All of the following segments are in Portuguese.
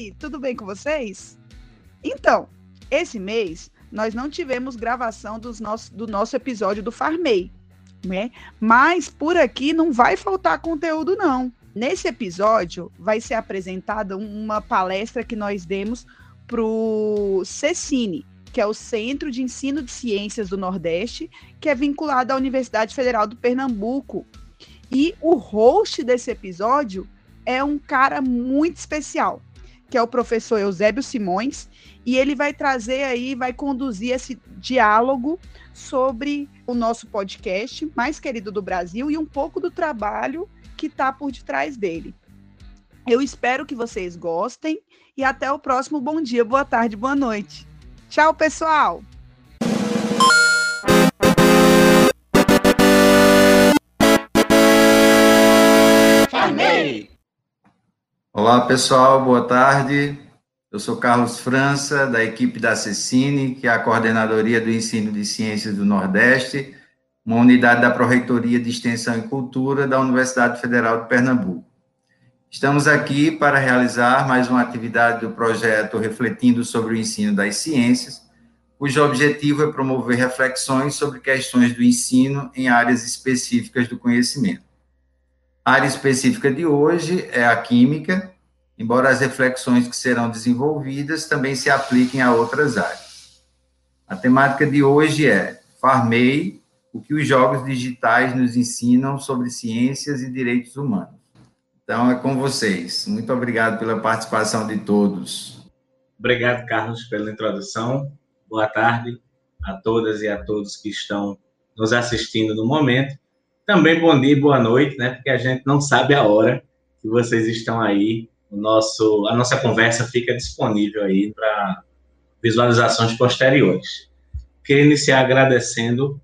aí, tudo bem com vocês? Então, esse mês nós não tivemos gravação do nosso episódio do Farmei, né? Mas por aqui não vai faltar conteúdo, não. Nesse episódio vai ser apresentada uma palestra que nós demos para o CECINE, que é o Centro de Ensino de Ciências do Nordeste, que é vinculado à Universidade Federal do Pernambuco. E o host desse episódio é um cara muito especial, que é o professor Eusébio Simões, e ele vai trazer aí, vai conduzir esse diálogo sobre o nosso podcast mais querido do Brasil e um pouco do trabalho que está por detrás dele. Eu espero que vocês gostem e até o próximo bom dia, boa tarde, boa noite. Tchau, pessoal! Farmei! Olá, pessoal, boa tarde. Eu sou Carlos França, da equipe da CECINE, que é a Coordenadoria do Ensino de Ciências do Nordeste, uma unidade da Pró-Reitoria de Extensão e Cultura da Universidade Federal de Pernambuco. Estamos aqui para realizar mais uma atividade do projeto Refletindo sobre o Ensino das Ciências, cujo objetivo é promover reflexões sobre questões do ensino em áreas específicas do conhecimento. A área específica de hoje é a química, embora as reflexões que serão desenvolvidas também se apliquem a outras áreas. A temática de hoje é Farmei, o que os jogos digitais nos ensinam sobre ciências e direitos humanos. Então, é com vocês. Muito obrigado pela participação de todos. Obrigado, Carlos, pela introdução. Boa tarde a todas e a todos que estão nos assistindo no momento. Também bom dia e boa noite, né? Porque a gente não sabe a hora que vocês estão aí. A nossa conversa fica disponível aí para visualizações posteriores. Queria iniciar agradecendo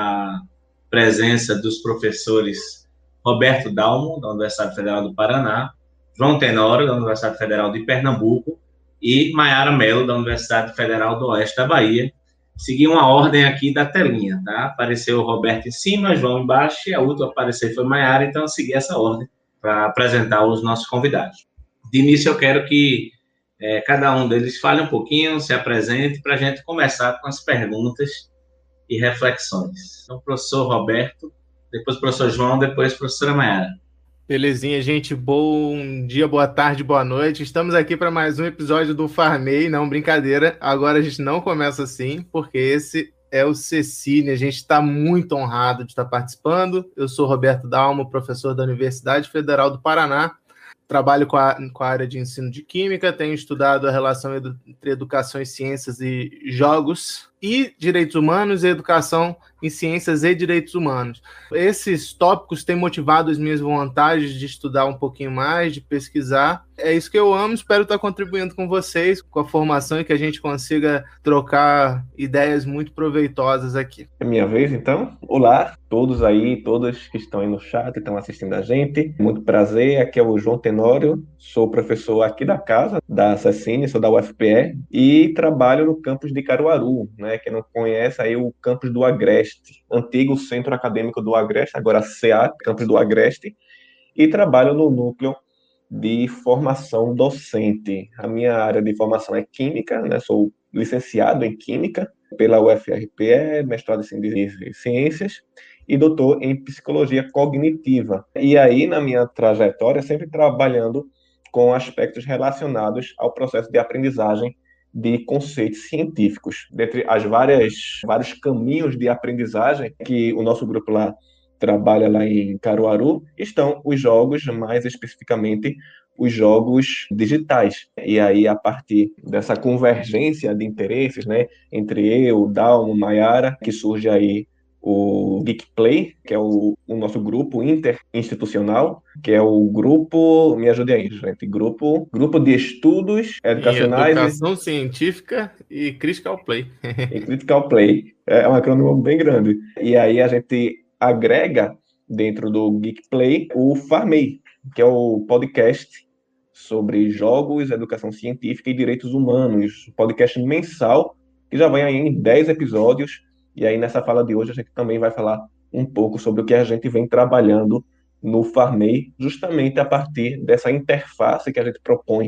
a presença dos professores Roberto Dalmo, da Universidade Federal do Paraná, João Tenório, da Universidade Federal de Pernambuco, e Maiara Mello, da Universidade Federal do Oeste da Bahia. Segui uma ordem aqui da telinha, tá? Apareceu o Roberto em cima, João embaixo, e a última a aparecer foi Maiara, então eu segui essa ordem para apresentar os nossos convidados. De início, eu quero que cada um deles fale um pouquinho, se apresente, para a gente começar com as perguntas e reflexões. Então, professor Roberto, depois professor João, depois professora Maiara. Belezinha, gente. Bom dia, boa tarde, boa noite. Estamos aqui para mais um episódio do Farmei. Não, brincadeira. Agora a gente não começa assim, porque esse é o CECINE. A gente está muito honrado de estar participando. Eu sou Roberto Dalmo, professor da Universidade Federal do Paraná. Trabalho com a área de ensino de química, tenho estudado a relação entre educação e ciências e jogos, e direitos humanos e educação em ciências e direitos humanos. Esses tópicos têm motivado as minhas vontades de estudar um pouquinho mais, de pesquisar. É isso que eu amo, espero estar contribuindo com vocês, com a formação e que a gente consiga trocar ideias muito proveitosas aqui. É minha vez, então. Olá, todos aí, todas que estão aí no chat, estão assistindo a gente. Muito prazer, aqui é o João Tenório, sou professor aqui da casa, da CECINE, sou da UFPE, e trabalho no campus de Caruaru, né? Quem não conhece, aí o campus do Agreste, antigo Centro Acadêmico do Agreste, agora CEA, campus do Agreste, e trabalho no núcleo de formação docente. A minha área de formação é química, né? Sou licenciado em química pela UFRPE, mestrado em ciências e doutor em psicologia cognitiva. E aí, na minha trajetória, sempre trabalhando com aspectos relacionados ao processo de aprendizagem de conceitos científicos. Dentre as vários caminhos de aprendizagem que o nosso grupo lá trabalha lá em Caruaru, estão os jogos, mais especificamente os jogos digitais. E aí, a partir dessa convergência de interesses, né, entre eu, Dalmo, Maiara, que surge aí o Geek Play, que é o nosso grupo interinstitucional, que é o grupo, me ajude aí, gente, grupo de estudos educacionais... Educação científica e Critical Play. E Critical Play, é um acrônimo bem grande. E aí a gente agrega dentro do Geek Play o Farmei, que é o podcast sobre jogos, educação científica e direitos humanos, podcast mensal, que já vai aí em 10 episódios. E aí, nessa fala de hoje, a gente também vai falar um pouco sobre o que a gente vem trabalhando no Farmei, justamente a partir dessa interface que a gente propõe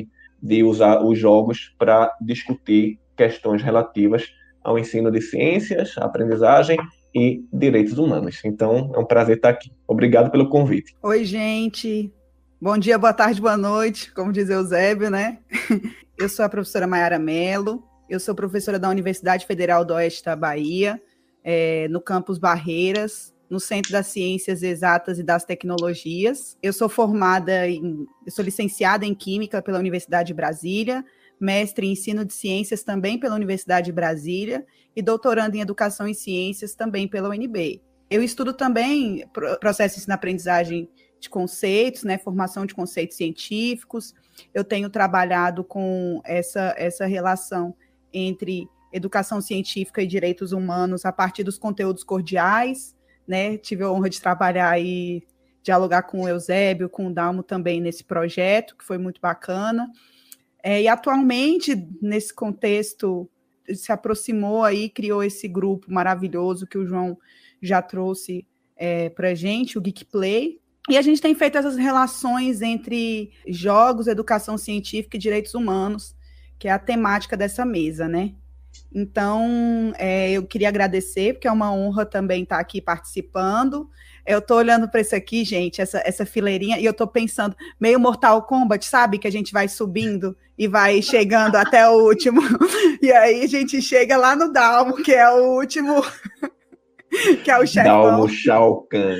de usar os jogos para discutir questões relativas ao ensino de ciências, aprendizagem e direitos humanos. Então, é um prazer estar aqui. Obrigado pelo convite. Oi, gente. Bom dia, boa tarde, boa noite, como diz Eusébio, né? Eu sou a professora Mayara Mello, eu sou professora da Universidade Federal do Oeste da Bahia, no campus Barreiras, no Centro das Ciências Exatas e das Tecnologias. Eu sou licenciada em Química pela Universidade de Brasília, mestre em Ensino de Ciências também pela Universidade de Brasília e doutorando em Educação e Ciências também pela UNB. Eu estudo também processo de ensino-aprendizagem de conceitos, né, formação de conceitos científicos. Eu tenho trabalhado com essa relação entre educação científica e direitos humanos a partir dos conteúdos cordiais, né? Tive a honra de trabalhar e dialogar com o Eusébio, com o Dalmo também nesse projeto, que foi muito bacana. E atualmente, nesse contexto, se aproximou aí, criou esse grupo maravilhoso que o João já trouxe para a gente, o Geek Play. E a gente tem feito essas relações entre jogos, educação científica e direitos humanos, que é a temática dessa mesa, né? Então, eu queria agradecer, porque é uma honra também estar aqui participando. Eu estou olhando para isso aqui, gente, essa fileirinha, e eu estou pensando, meio Mortal Kombat, sabe? Que a gente vai subindo e vai chegando até o último. E aí a gente chega lá no Dalmo, que é o último, que é o chefão. Dalmo Shao Kahn.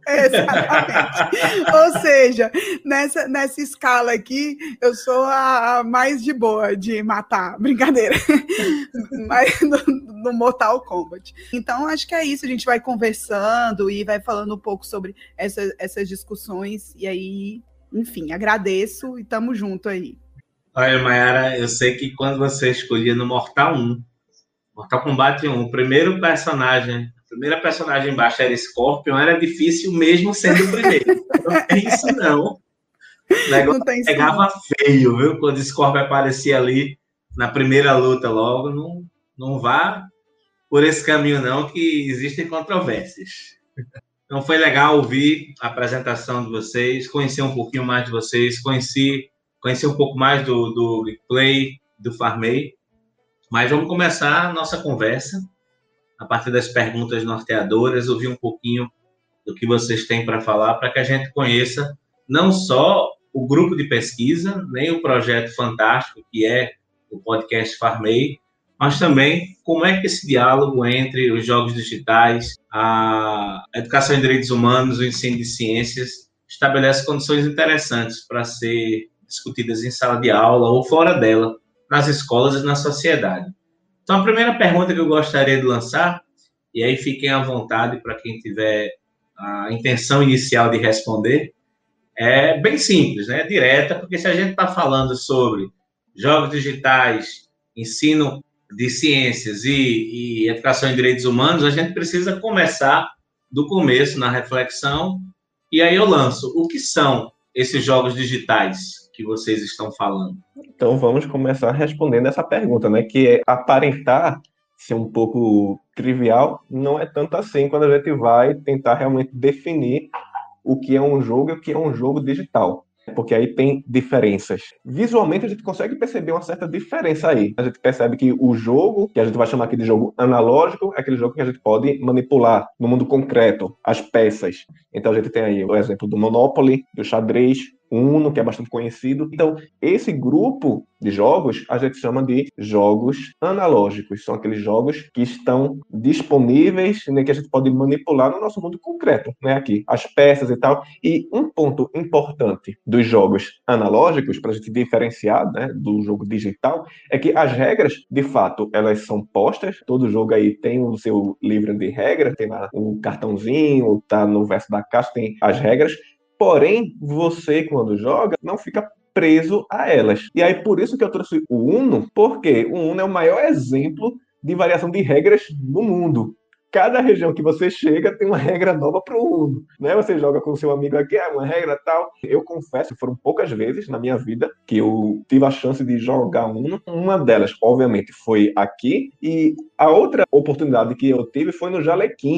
Exatamente. Ou seja, nessa escala aqui, eu sou a mais de boa de matar, brincadeira, mas no Mortal Kombat. Então, acho que é isso, a gente vai conversando e vai falando um pouco sobre essas discussões, e aí, enfim, agradeço e tamo junto aí. Olha, Mayara, eu sei que quando você escolhia no Mortal Kombat 1, a primeira personagem embaixo era Scorpion, era difícil mesmo sendo o primeiro. Não tem isso, não. O negócio pegava feio, viu? Quando o Scorpion aparecia ali na primeira luta logo, não vá por esse caminho, não, que existem controvérsias. Então, foi legal ouvir a apresentação de vocês, conhecer um pouquinho mais de vocês, conhecer um pouco mais do Play, do Farmei. Mas vamos começar a nossa conversa a partir das perguntas norteadoras, ouvir um pouquinho do que vocês têm para falar, para que a gente conheça não só o grupo de pesquisa, nem o projeto fantástico que é o podcast Farmei, mas também como é que esse diálogo entre os jogos digitais, a educação em direitos humanos, o ensino de ciências, estabelece condições interessantes para ser discutidas em sala de aula ou fora dela, nas escolas e na sociedade. Então, a primeira pergunta que eu gostaria de lançar, e aí fiquem à vontade para quem tiver a intenção inicial de responder, é bem simples, né? Direta, porque se a gente está falando sobre jogos digitais, ensino de ciências e educação em direitos humanos, a gente precisa começar do começo na reflexão, e aí eu lanço, o que são esses jogos digitais que vocês estão falando? Então vamos começar respondendo essa pergunta, né? Que é aparentar ser um pouco trivial, não é tanto assim quando a gente vai tentar realmente definir o que é um jogo e o que é um jogo digital. Porque aí tem diferenças. Visualmente a gente consegue perceber uma certa diferença aí. A gente percebe que o jogo, que a gente vai chamar aqui de jogo analógico, é aquele jogo que a gente pode manipular no mundo concreto, as peças. Então a gente tem aí o exemplo do Monopoly, do xadrez, Uno, que é bastante conhecido. Então, esse grupo de jogos a gente chama de jogos analógicos. São aqueles jogos que estão disponíveis, né, que a gente pode manipular no nosso mundo concreto, né, aqui, as peças e tal. E um ponto importante dos jogos analógicos, para a gente diferenciar, né, do jogo digital, é que as regras, de fato, elas são postas. Todo jogo aí tem o seu livro de regras, tem lá um cartãozinho, tá no verso da caixa, tem as regras. Porém, você, quando joga, não fica preso a elas. E aí, por isso que eu trouxe o Uno, porque o Uno é o maior exemplo de variação de regras no mundo. Cada região que você chega tem uma regra nova para o Uno, né? Você joga com o seu amigo aqui, uma regra tal. Eu confesso, foram poucas vezes na minha vida que eu tive a chance de jogar Uno. Uma delas, obviamente, foi aqui. E a outra oportunidade que eu tive foi no Jalequim.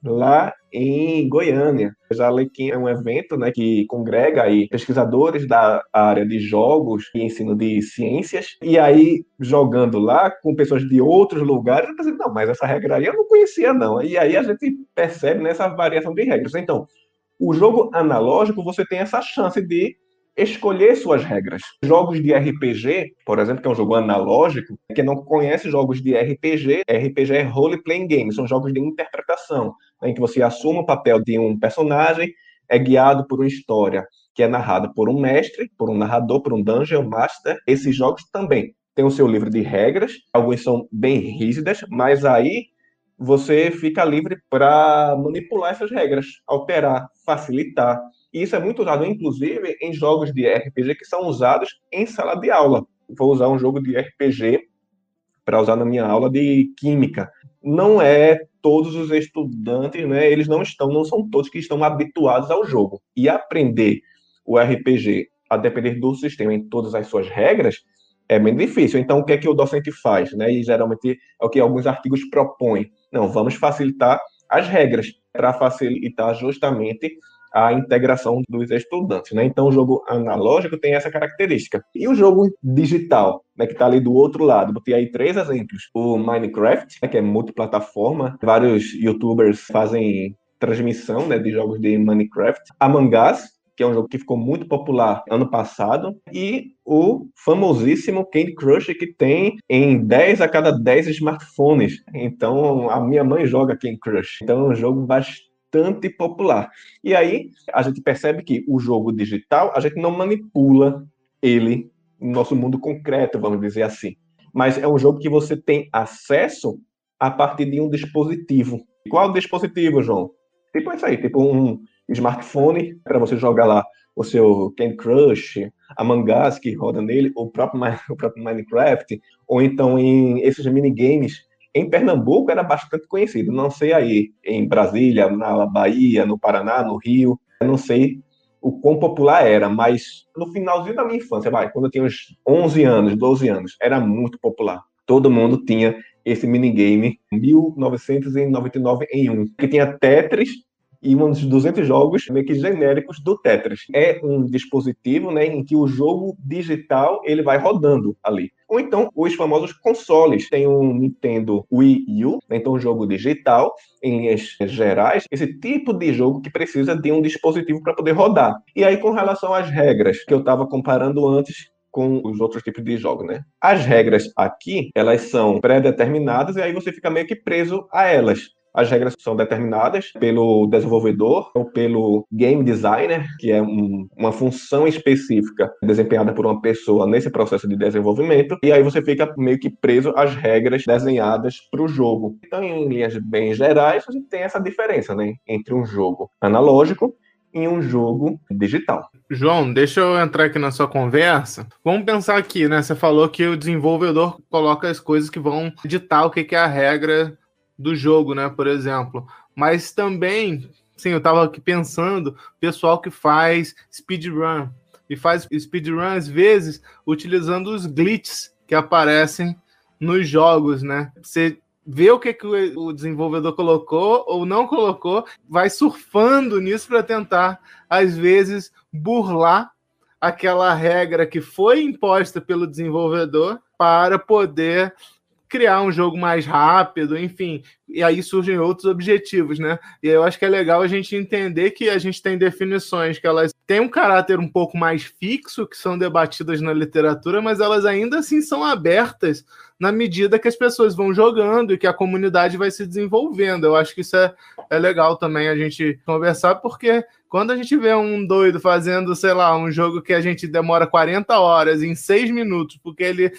lá em Goiânia. A Alequim é um evento, né, que congrega aí pesquisadores da área de jogos e ensino de ciências, e aí jogando lá com pessoas de outros lugares, eu pensei, não, mas essa regra aí eu não conhecia não. E aí a gente percebe nessa variação de regras. Então, o jogo analógico, você tem essa chance de escolher suas regras. Jogos de RPG, por exemplo, que é um jogo analógico, quem não conhece jogos de RPG, RPG é Role Playing Game, são jogos de interpretação, né, em que você assume o papel de um personagem, é guiado por uma história que é narrada por um mestre, por um narrador, por um Dungeon Master. Esses jogos também têm o seu livro de regras, alguns são bem rígidas, mas aí você fica livre para manipular essas regras, alterar, facilitar. E isso é muito usado, inclusive, em jogos de RPG que são usados em sala de aula. Vou usar um jogo de RPG para usar na minha aula de química. Não é todos os estudantes, né? Eles não são todos que estão habituados ao jogo. E aprender o RPG a depender do sistema em todas as suas regras é bem difícil. Então, o que é que o docente faz, né? E geralmente é o que alguns artigos propõem. Não, vamos facilitar as regras para facilitar justamente a integração dos estudantes, né? Então, o jogo analógico tem essa característica. E o jogo digital, né, que está ali do outro lado? Botei aí 3 exemplos. O Minecraft, né, que é multiplataforma. Vários youtubers fazem transmissão, né, de jogos de Minecraft. Among Us, que é um jogo que ficou muito popular ano passado, e o famosíssimo Candy Crush, que tem em 10 a cada 10 smartphones. Então, a minha mãe joga Candy Crush. Então, é um jogo bastante popular. E aí, a gente percebe que o jogo digital, a gente não manipula ele no nosso mundo concreto, vamos dizer assim. Mas é um jogo que você tem acesso a partir de um dispositivo. Qual dispositivo, João? Tipo isso aí, tipo um smartphone para você jogar lá o seu Candy Crush, Among Us que roda nele, o próprio Minecraft, ou então em esses minigames. Em Pernambuco era bastante conhecido, não sei aí em Brasília, na Bahia, no Paraná, no Rio, eu não sei o quão popular era, mas no finalzinho da minha infância, quando eu tinha uns 11 anos, 12 anos, era muito popular. Todo mundo tinha esse minigame 1999 em 1, que tinha Tetris e uns 200 jogos meio que genéricos do Tetris. É um dispositivo, né, em que o jogo digital ele vai rodando ali. Ou então, os famosos consoles. Tem um Nintendo Wii U, né, então um jogo digital, em linhas gerais, esse tipo de jogo que precisa de um dispositivo para poder rodar. E aí, com relação às regras, que eu estava comparando antes com os outros tipos de jogos, né? As regras aqui, elas são pré-determinadas e aí você fica meio que preso a elas. As regras são determinadas pelo desenvolvedor ou pelo game designer, que é uma função específica desempenhada por uma pessoa nesse processo de desenvolvimento, e aí você fica meio que preso às regras desenhadas para o jogo. Então, em linhas bem gerais, a gente tem essa diferença, né, entre um jogo analógico e um jogo digital. João, deixa eu entrar aqui na sua conversa. Vamos pensar aqui, né? Você falou que o desenvolvedor coloca as coisas que vão ditar o que é a regra do jogo, né, por exemplo. Mas também, sim, eu estava aqui pensando, pessoal que faz speedrun, e faz speedrun, às vezes, utilizando os glitches que aparecem nos jogos, né? Você vê o que o desenvolvedor colocou ou não colocou, vai surfando nisso para tentar, às vezes, burlar aquela regra que foi imposta pelo desenvolvedor para poder criar um jogo mais rápido, enfim, e aí surgem outros objetivos, né? E eu acho que é legal a gente entender que a gente tem definições que elas têm um caráter um pouco mais fixo, que são debatidas na literatura, mas elas ainda assim são abertas na medida que as pessoas vão jogando e que a comunidade vai se desenvolvendo. Eu acho que isso é legal também a gente conversar, porque quando a gente vê um doido fazendo, sei lá, um jogo que a gente demora 40 horas em 6 minutos, porque ele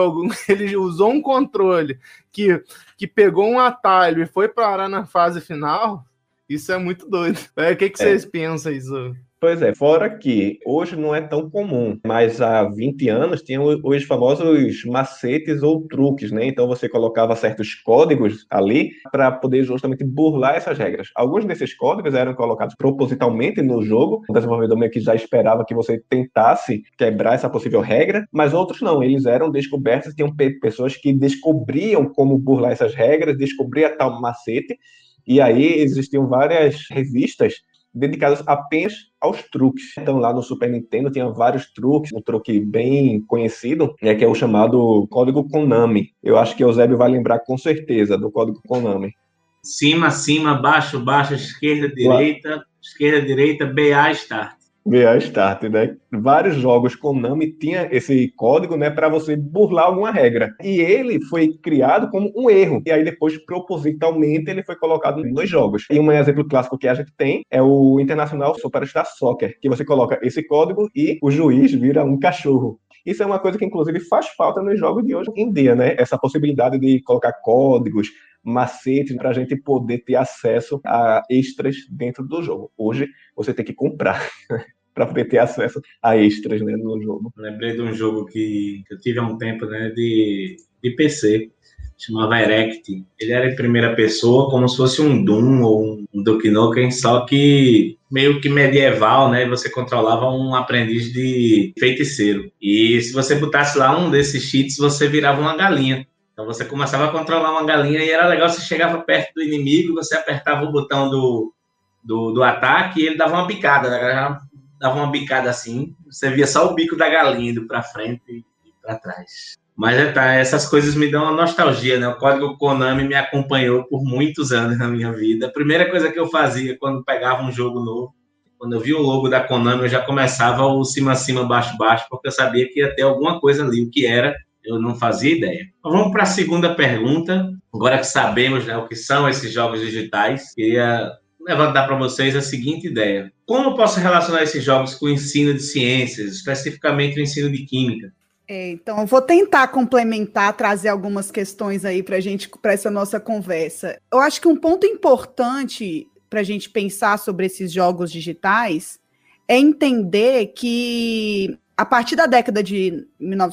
usou um controle que pegou um atalho e foi parar na fase final, isso é muito doido. O que vocês pensam isso? Pois é, fora que hoje não é tão comum, mas há 20 anos tinham os famosos macetes ou truques, né? Então você colocava certos códigos ali para poder justamente burlar essas regras. Alguns desses códigos eram colocados propositalmente no jogo, o desenvolvedor meio que já esperava que você tentasse quebrar essa possível regra, mas outros não, eles eram descobertos, tinham pessoas que descobriam como burlar essas regras, descobriam tal macete, E aí existiam várias revistas dedicadas apenas aos truques. Então, lá no Super Nintendo tinha vários truques, um truque bem conhecido, né, que é o chamado Código Konami. Eu acho que o Eusébio vai lembrar com certeza do Código Konami. Cima, cima, baixo, baixo, esquerda, direita, BA, start. BA Start, né? Vários jogos Konami tinha esse código, né, para você burlar alguma regra. E ele foi criado como um erro. E aí depois, propositalmente, ele foi colocado nos jogos. E um exemplo clássico que a gente tem é o International Superstar Soccer, que você coloca esse código e o juiz vira um cachorro. Isso é uma coisa que, inclusive, faz falta nos jogos de hoje em dia, né? Essa possibilidade de colocar códigos, macetes, para a gente poder ter acesso a extras dentro do jogo. Hoje, você tem que comprar para poder ter acesso a extras, né, no jogo. Lembrei de um jogo que eu tive há um tempo, né, de PC, chamava Erect. Ele era em primeira pessoa, como se fosse um Doom ou um Duke Nukem, só que meio que medieval, né? Você controlava um aprendiz de feiticeiro. E se você botasse lá um desses cheats, você virava uma galinha. Então você começava a controlar uma galinha e era legal, você chegava perto do inimigo, você apertava o botão do ataque e ele dava uma picada, né? Dava uma bicada assim, você via só o bico da galinha indo para frente e para trás. Mas essas coisas me dão uma nostalgia, né? O Código Konami me acompanhou por muitos anos na minha vida. A primeira coisa que eu fazia quando pegava um jogo novo, quando eu via o logo da Konami, eu já começava o cima, baixo, porque eu sabia que ia ter alguma coisa ali. O que era, eu não fazia ideia. Então, vamos para a segunda pergunta. Agora que sabemos, né, o que são esses jogos digitais, queria levantar para vocês a seguinte ideia. Como eu posso relacionar esses jogos com o ensino de ciências, especificamente o ensino de química? Então, eu vou tentar complementar, trazer algumas questões aí para essa nossa conversa. Eu acho que um ponto importante para a gente pensar sobre esses jogos digitais é entender que, a partir da década de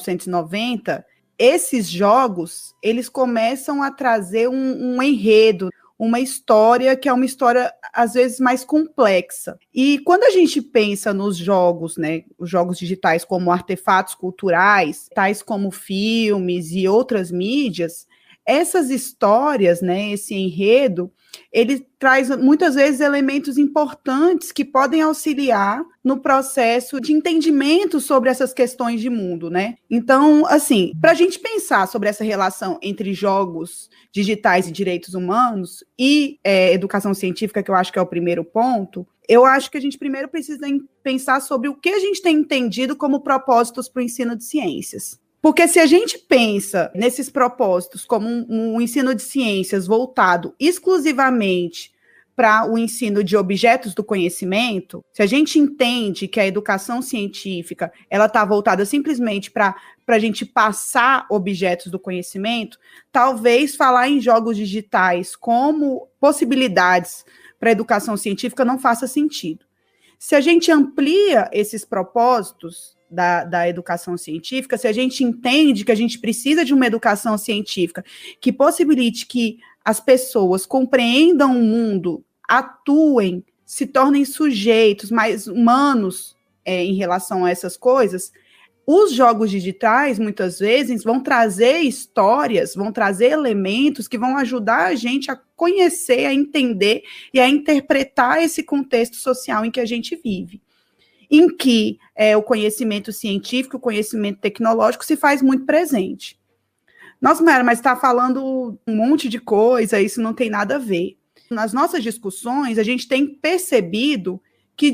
1990, esses jogos, eles começam a trazer um enredo, uma história que é uma história, às vezes, mais complexa. E quando a gente pensa nos jogos, né, os jogos digitais como artefatos culturais, tais como filmes e outras mídias, essas histórias, né, esse enredo, ele traz muitas vezes elementos importantes que podem auxiliar no processo de entendimento sobre essas questões de mundo, né? Então, assim, para a gente pensar sobre essa relação entre jogos digitais e direitos humanos e educação científica, que eu acho que é o primeiro ponto, eu acho que a gente primeiro precisa pensar sobre o que a gente tem entendido como propósitos para o ensino de ciências. Porque se a gente pensa nesses propósitos como um ensino de ciências voltado exclusivamente para o ensino de objetos do conhecimento, se a gente entende que a educação científica ela está voltada simplesmente para a gente passar objetos do conhecimento, talvez falar em jogos digitais como possibilidades para a educação científica não faça sentido. Se a gente amplia esses propósitos da educação científica, se a gente entende que a gente precisa de uma educação científica que possibilite que as pessoas compreendam o mundo, atuem, se tornem sujeitos mais humanos em relação a essas coisas, os jogos digitais, muitas vezes, vão trazer histórias, vão trazer elementos que vão ajudar a gente a conhecer, a entender e a interpretar esse contexto social em que a gente vive, em que o conhecimento científico, o conhecimento tecnológico se faz muito presente. Nossa, Mayara, mas está falando um monte de coisa, isso não tem nada a ver. Nas nossas discussões, a gente tem percebido que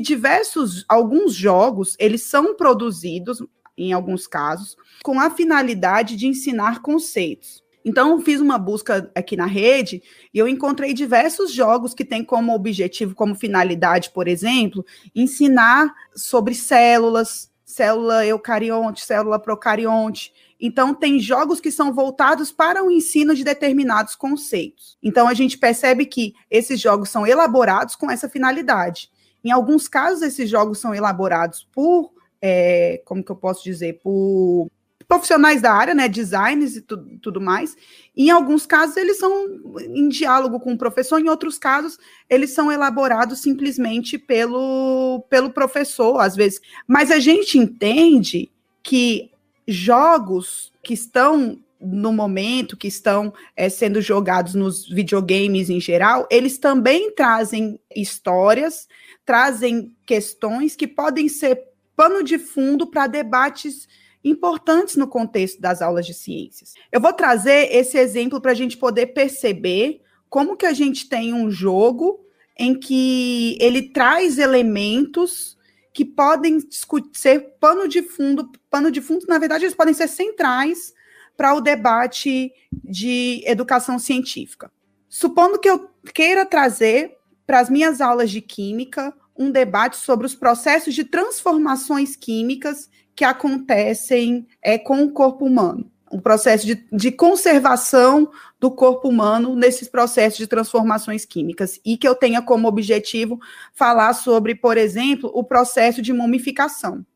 alguns jogos, eles são produzidos, em alguns casos, com a finalidade de ensinar conceitos. Então, eu fiz uma busca aqui na rede e eu encontrei diversos jogos que têm como objetivo, como finalidade, por exemplo, ensinar sobre células, célula eucarionte, célula procarionte. Então, tem jogos que são voltados para o ensino de determinados conceitos. Então, a gente percebe que esses jogos são elaborados com essa finalidade. Em alguns casos, esses jogos são elaborados por, como que eu posso dizer, por profissionais da área, né, designers e tudo mais. Em alguns casos, eles são em diálogo com o professor, em outros casos, eles são elaborados simplesmente pelo professor, às vezes. Mas a gente entende que jogos que estão no momento, que estão sendo jogados nos videogames em geral, eles também trazem histórias, trazem questões que podem ser pano de fundo para debates importantes no contexto das aulas de ciências. Eu vou trazer esse exemplo para a gente poder perceber como que a gente tem um jogo em que ele traz elementos que podem ser pano de fundo, na verdade, eles podem ser centrais para o debate de educação científica. Supondo que eu queira trazer para as minhas aulas de química um debate sobre os processos de transformações químicas que acontecem com o corpo humano, um processo de conservação do corpo humano nesses processos de transformações químicas, e que eu tenha como objetivo falar sobre, por exemplo, o processo de mumificação.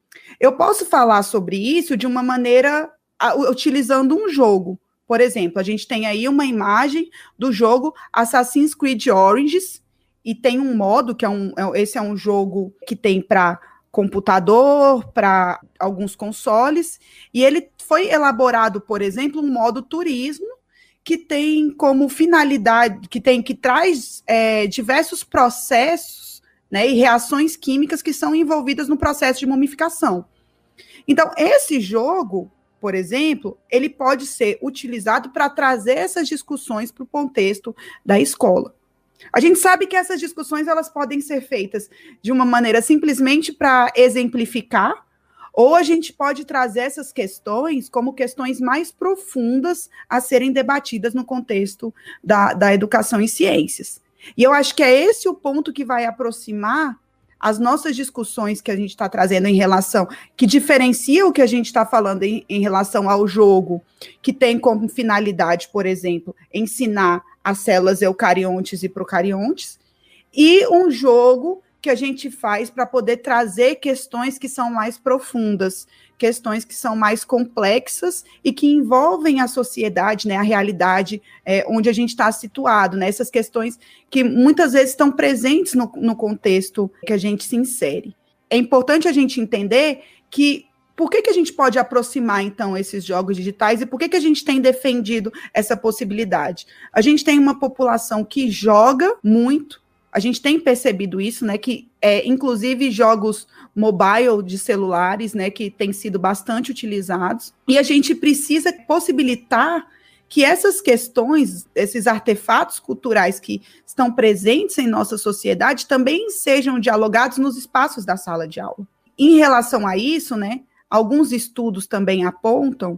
Eu posso falar sobre isso de uma maneira utilizando um jogo. Por exemplo, a gente tem aí uma imagem do jogo Assassin's Creed Origins, e tem um modo, esse é um jogo que tem para computador, para alguns consoles, e ele foi elaborado, por exemplo, um modo turismo, que tem como finalidade, que traz diversos processos, né, e reações químicas que são envolvidas no processo de mumificação. Então, esse jogo, por exemplo, ele pode ser utilizado para trazer essas discussões para o contexto da escola. A gente sabe que essas discussões elas podem ser feitas de uma maneira simplesmente para exemplificar, ou a gente pode trazer essas questões como questões mais profundas a serem debatidas no contexto da educação em ciências. E eu acho que é esse o ponto que vai aproximar as nossas discussões que a gente está trazendo em relação, que diferencia o que a gente está falando em relação ao jogo, que tem como finalidade, por exemplo, ensinar as células eucariontes e procariontes, e um jogo que a gente faz para poder trazer questões que são mais profundas, questões que são mais complexas e que envolvem a sociedade, né, a realidade onde a gente está situado, né, essas questões que muitas vezes estão presentes no contexto que a gente se insere. É importante a gente entender que por que a gente pode aproximar, então, esses jogos digitais e por que a gente tem defendido essa possibilidade? A gente tem uma população que joga muito, a gente tem percebido isso, né, que inclusive jogos mobile de celulares, né, que têm sido bastante utilizados, e a gente precisa possibilitar que essas questões, esses artefatos culturais que estão presentes em nossa sociedade também sejam dialogados nos espaços da sala de aula. Em relação a isso, né, alguns estudos também apontam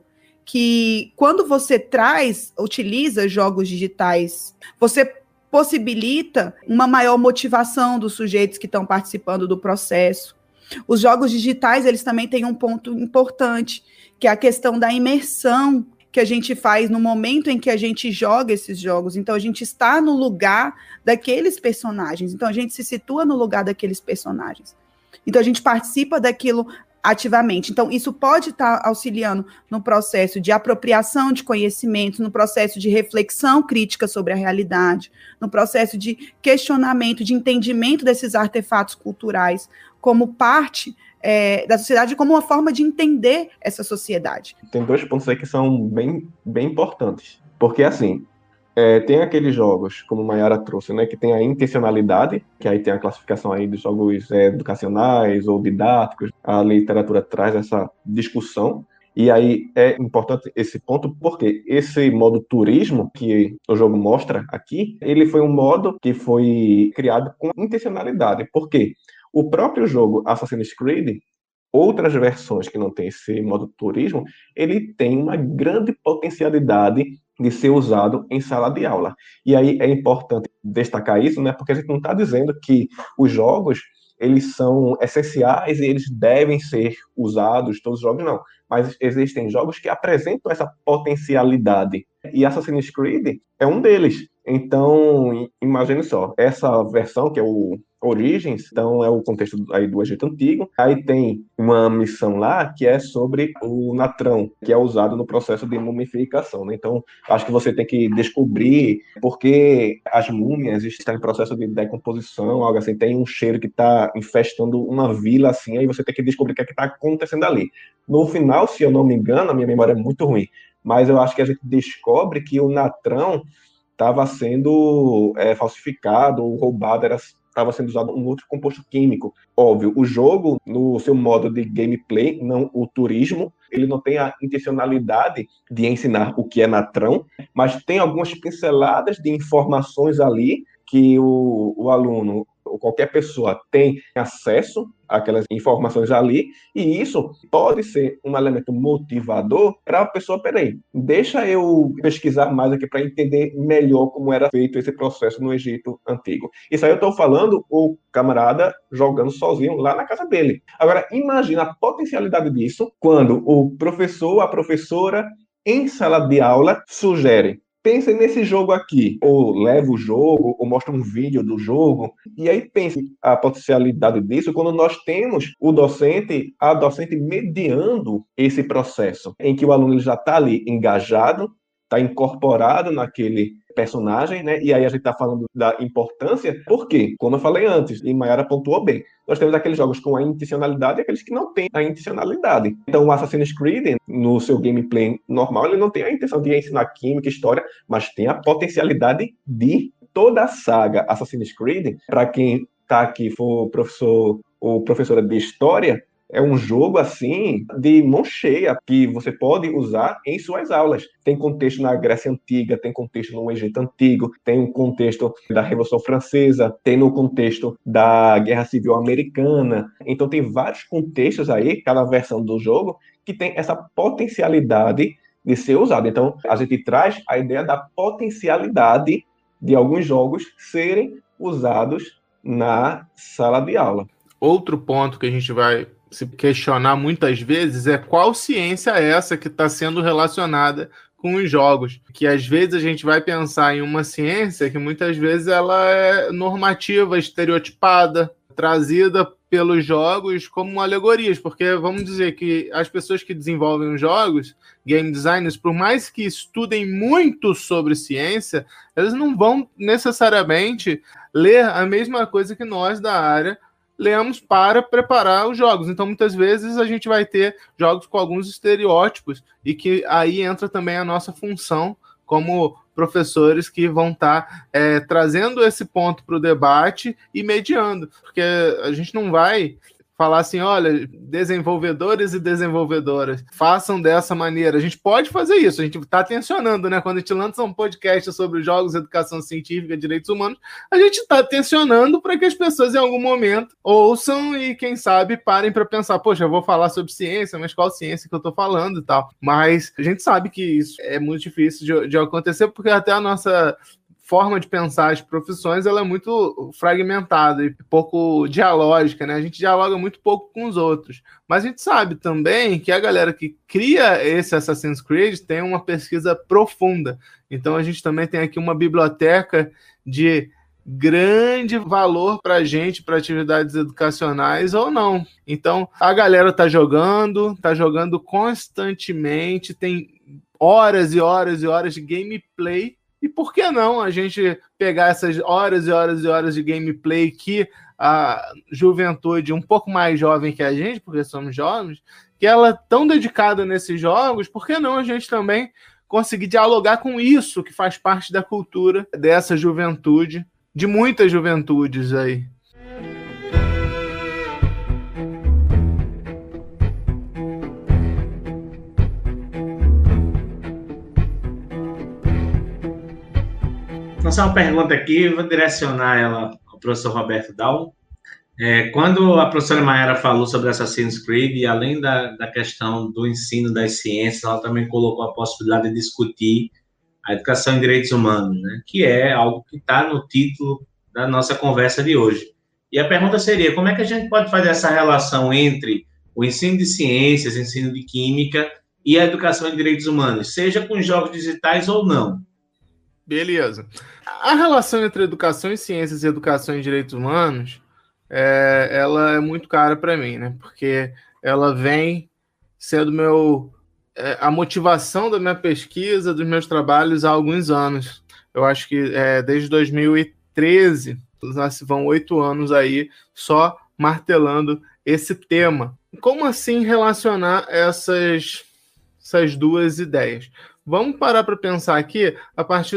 que quando você utiliza jogos digitais, você possibilita uma maior motivação dos sujeitos que estão participando do processo. Os jogos digitais, eles também têm um ponto importante, que é a questão da imersão que a gente faz no momento em que a gente joga esses jogos. Então, a gente está no lugar daqueles personagens. Então, a gente se situa no lugar daqueles personagens. Então, a gente participa daquilo ativamente. Então, isso pode estar auxiliando no processo de apropriação de conhecimento, no processo de reflexão crítica sobre a realidade, no processo de questionamento, de entendimento desses artefatos culturais como parte da sociedade, como uma forma de entender essa sociedade. Tem dois pontos aí que são bem, bem importantes. Porque, assim, tem aqueles jogos, como a Mayara trouxe, né, que tem a intencionalidade, que aí tem a classificação aí dos jogos educacionais ou didáticos, a literatura traz essa discussão, e aí é importante esse ponto, porque esse modo turismo que o jogo mostra aqui, ele foi um modo que foi criado com intencionalidade. Por quê? O próprio jogo Assassin's Creed, outras versões que não tem esse modo turismo, ele tem uma grande potencialidade de ser usado em sala de aula. E aí é importante destacar isso, né, porque a gente não está dizendo que os jogos eles são essenciais e eles devem ser usados, todos os jogos não, mas existem jogos que apresentam essa potencialidade. E Assassin's Creed é um deles. Então, imagine só, essa versão que é o Origins, então é o contexto aí do Egito Antigo. Aí tem uma missão lá que é sobre o natrão, que é usado no processo de mumificação, né? Então, acho que você tem que descobrir por que as múmias estão em processo de decomposição, algo assim, tem um cheiro que está infestando uma vila, assim, aí você tem que descobrir o que é que está acontecendo ali. No final, se eu não me engano, a minha memória é muito ruim, mas eu acho que a gente descobre que o Natrão estava sendo falsificado ou roubado, estava sendo usado um outro composto químico. Óbvio, o jogo, no seu modo de gameplay, não o turismo, ele não tem a intencionalidade de ensinar o que é Natrão, mas tem algumas pinceladas de informações ali que o aluno ou qualquer pessoa tem acesso àquelas informações ali, e isso pode ser um elemento motivador para a pessoa, peraí, deixa eu pesquisar mais aqui para entender melhor como era feito esse processo no Egito Antigo. Isso aí eu estou falando o camarada jogando sozinho lá na casa dele. Agora, imagina a potencialidade disso quando o professor, a professora, em sala de aula, sugere: pensem nesse jogo aqui, ou leva o jogo, ou mostra um vídeo do jogo, e aí pense a potencialidade disso quando nós temos o docente, a docente mediando esse processo, em que o aluno já está ali engajado, está incorporado naquele personagem, né? E aí a gente está falando da importância, porque, como eu falei antes, e Mayara pontuou bem, nós temos aqueles jogos com a intencionalidade e aqueles que não têm a intencionalidade. Então, o Assassin's Creed, no seu gameplay normal, ele não tem a intenção de ensinar química, história, mas tem a potencialidade de toda a saga Assassin's Creed. Para quem está aqui, for professor ou professora de história, é um jogo, assim, de mão cheia, que você pode usar em suas aulas. Tem contexto na Grécia Antiga, tem contexto no Egito Antigo, tem um contexto da Revolução Francesa, tem no contexto da Guerra Civil Americana. Então, tem vários contextos aí, cada versão do jogo, que tem essa potencialidade de ser usado. Então, a gente traz a ideia da potencialidade de alguns jogos serem usados na sala de aula. Outro ponto que a gente vai se questionar muitas vezes é qual ciência é essa que está sendo relacionada com os jogos. Que às vezes a gente vai pensar em uma ciência que muitas vezes ela é normativa, estereotipada, trazida pelos jogos como alegorias, porque vamos dizer que as pessoas que desenvolvem os jogos, game designers, por mais que estudem muito sobre ciência, eles não vão necessariamente ler a mesma coisa que nós da área lemos para preparar os jogos. Então, muitas vezes, a gente vai ter jogos com alguns estereótipos e que aí entra também a nossa função como professores que vão estar trazendo esse ponto para o debate e mediando, porque a gente não vai falar assim, olha, desenvolvedores e desenvolvedoras, façam dessa maneira. A gente pode fazer isso, a gente está tensionando, né? Quando a gente lança um podcast sobre jogos, educação científica, direitos humanos, a gente está tensionando para que as pessoas em algum momento ouçam e, quem sabe, parem para pensar, poxa, eu vou falar sobre ciência, mas qual ciência que eu estou falando e tal. Mas a gente sabe que isso é muito difícil de acontecer, porque até a nossa forma de pensar as profissões, ela é muito fragmentada e pouco dialógica, né? A gente dialoga muito pouco com os outros. Mas a gente sabe também que a galera que cria esse Assassin's Creed tem uma pesquisa profunda. Então a gente também tem aqui uma biblioteca de grande valor para a gente, para atividades educacionais ou não. Então a galera tá jogando constantemente, tem horas e horas e horas de gameplay. E por que não a gente pegar essas horas e horas e horas de gameplay que a juventude um pouco mais jovem que a gente, porque somos jovens, que ela é tão dedicada nesses jogos, por que não a gente também conseguir dialogar com isso que faz parte da cultura dessa juventude, de muitas juventudes aí? Vou fazer uma pergunta aqui, vou direcionar ela ao professor Roberto Dal. Quando a professora Mayara falou sobre Assassin's Creed, e além da questão do ensino das ciências, ela também colocou a possibilidade de discutir a educação em direitos humanos, né? Que é algo que está no título da nossa conversa de hoje. E a pergunta seria, como é que a gente pode fazer essa relação entre o ensino de ciências, ensino de química e a educação em direitos humanos, seja com jogos digitais ou não? Beleza. A relação entre educação em ciências e educação em direitos humanos, ela é muito cara para mim, né? Porque ela vem sendo a motivação da minha pesquisa, dos meus trabalhos há alguns anos. Eu acho que desde 2013, vão 8 anos aí só martelando esse tema. Como assim relacionar essas duas ideias. Vamos parar para pensar aqui a partir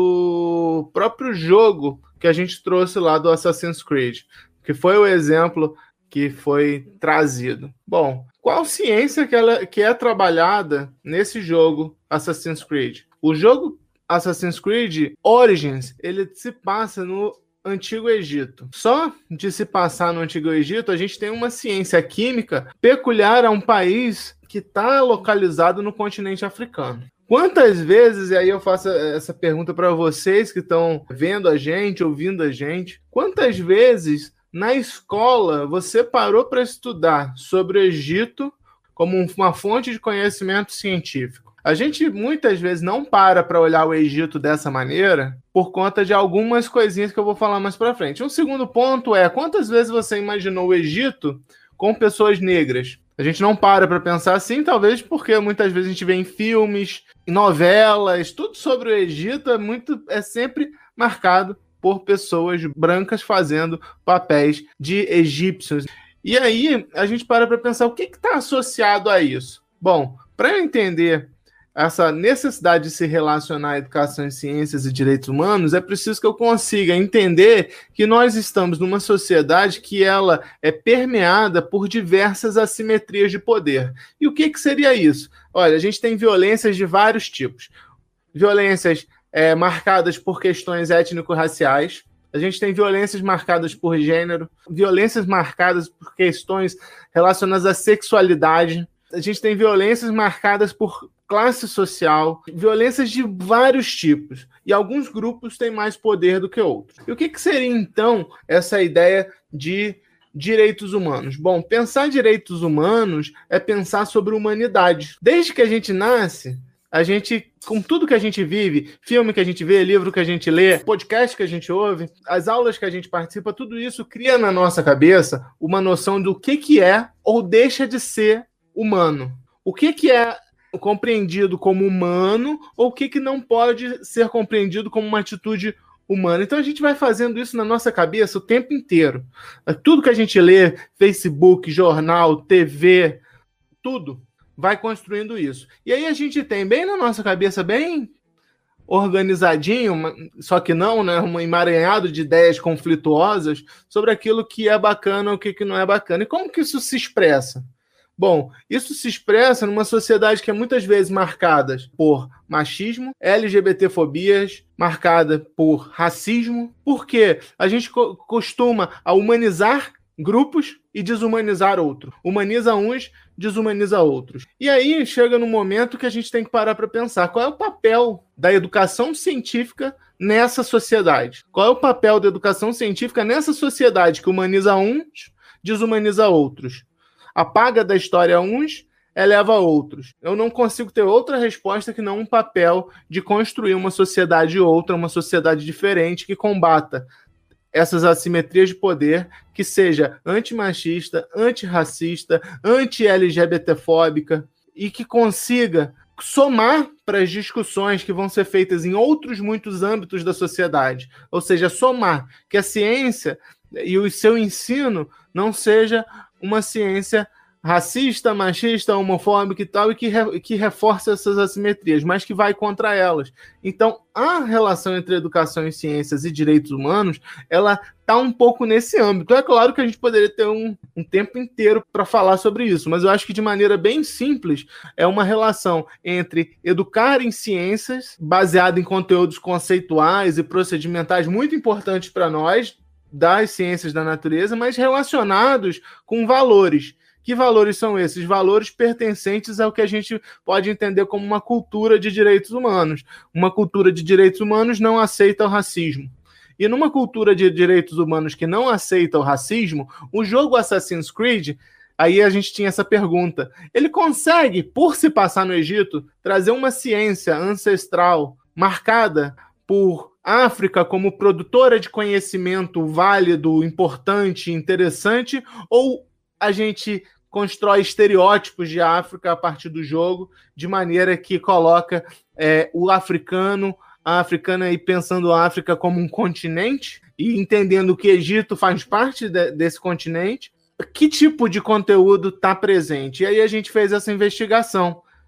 do próprio jogo que a gente trouxe lá do Assassin's Creed, que foi o exemplo que foi trazido. Bom, qual ciência que é trabalhada nesse jogo Assassin's Creed? O jogo Assassin's Creed Origins, ele se passa no Antigo Egito. Só de se passar no Antigo Egito, a gente tem uma ciência química peculiar a um país que está localizado no continente africano. Quantas vezes, e aí eu faço essa pergunta para vocês que estão vendo a gente, ouvindo a gente, quantas vezes na escola você parou para estudar sobre o Egito como uma fonte de conhecimento científico? A gente muitas vezes não para olhar o Egito dessa maneira por conta de algumas coisinhas que eu vou falar mais para frente. Um segundo ponto é, quantas vezes você imaginou o Egito com pessoas negras? A gente não para pensar assim, talvez porque muitas vezes a gente vê em filmes, em novelas, tudo sobre o Egito é sempre marcado por pessoas brancas fazendo papéis de egípcios. E aí a gente para pensar o que está associado a isso. Bom, para entender essa necessidade de se relacionar à educação em ciências e direitos humanos, é preciso que eu consiga entender que nós estamos numa sociedade que ela é permeada por diversas assimetrias de poder. E o que seria isso? Olha, a gente tem violências de vários tipos. Violências marcadas por questões étnico-raciais, a gente tem violências marcadas por gênero, violências marcadas por questões relacionadas à sexualidade, a gente tem violências marcadas por classe social, violências de vários tipos. E alguns grupos têm mais poder do que outros. E o que seria, então, essa ideia de direitos humanos? Bom, pensar direitos humanos é pensar sobre humanidade. Desde que a gente nasce, a gente, com tudo que a gente vive, filme que a gente vê, livro que a gente lê, podcast que a gente ouve, as aulas que a gente participa, tudo isso cria na nossa cabeça uma noção do que é ou deixa de ser humano. O que é compreendido como humano ou o que não pode ser compreendido como uma atitude humana. Então a gente vai fazendo isso na nossa cabeça o tempo inteiro. Tudo que a gente lê, Facebook, jornal, TV, tudo vai construindo isso. E aí a gente tem bem na nossa cabeça, bem organizadinho, só que não, né, um emaranhado de ideias conflituosas sobre aquilo que é bacana ou o que não é bacana. E como que isso se expressa? Bom, isso se expressa numa sociedade que é muitas vezes marcada por machismo, LGBTfobias, marcada por racismo, porque a gente costuma humanizar grupos e desumanizar outros. Humaniza uns, desumaniza outros. E aí chega no momento que a gente tem que parar para pensar qual é o papel da educação científica nessa sociedade. Qual é o papel da educação científica nessa sociedade que humaniza uns, desumaniza outros? Apaga da história uns, eleva outros. Eu não consigo ter outra resposta que não um papel de construir uma sociedade outra, uma sociedade diferente que combata essas assimetrias de poder, que seja antimachista, antirracista, anti-LGBTfóbica e que consiga somar para as discussões que vão ser feitas em outros muitos âmbitos da sociedade. Ou seja, somar que a ciência e o seu ensino não seja uma ciência racista, machista, homofóbica e tal, e que reforça essas assimetrias, mas que vai contra elas. Então, a relação entre educação e ciências e direitos humanos, ela está um pouco nesse âmbito. É claro que a gente poderia ter um tempo inteiro para falar sobre isso, mas eu acho que de maneira bem simples, é uma relação entre educar em ciências, baseada em conteúdos conceituais e procedimentais muito importantes para nós, das ciências da natureza, mas relacionados com valores. Que valores são esses? Valores pertencentes ao que a gente pode entender como uma cultura de direitos humanos. Uma cultura de direitos humanos não aceita o racismo. E numa cultura de direitos humanos que não aceita o racismo, o jogo Assassin's Creed, aí a gente tinha essa pergunta, ele consegue, por se passar no Egito, trazer uma ciência ancestral marcada por África como produtora de conhecimento válido, importante, interessante, ou a gente constrói estereótipos de África a partir do jogo, de maneira que coloca o africano, a africana aí pensando a África como um continente e entendendo que o Egito faz parte desse continente. Que tipo de conteúdo está presente? E aí a gente fez essa investigação.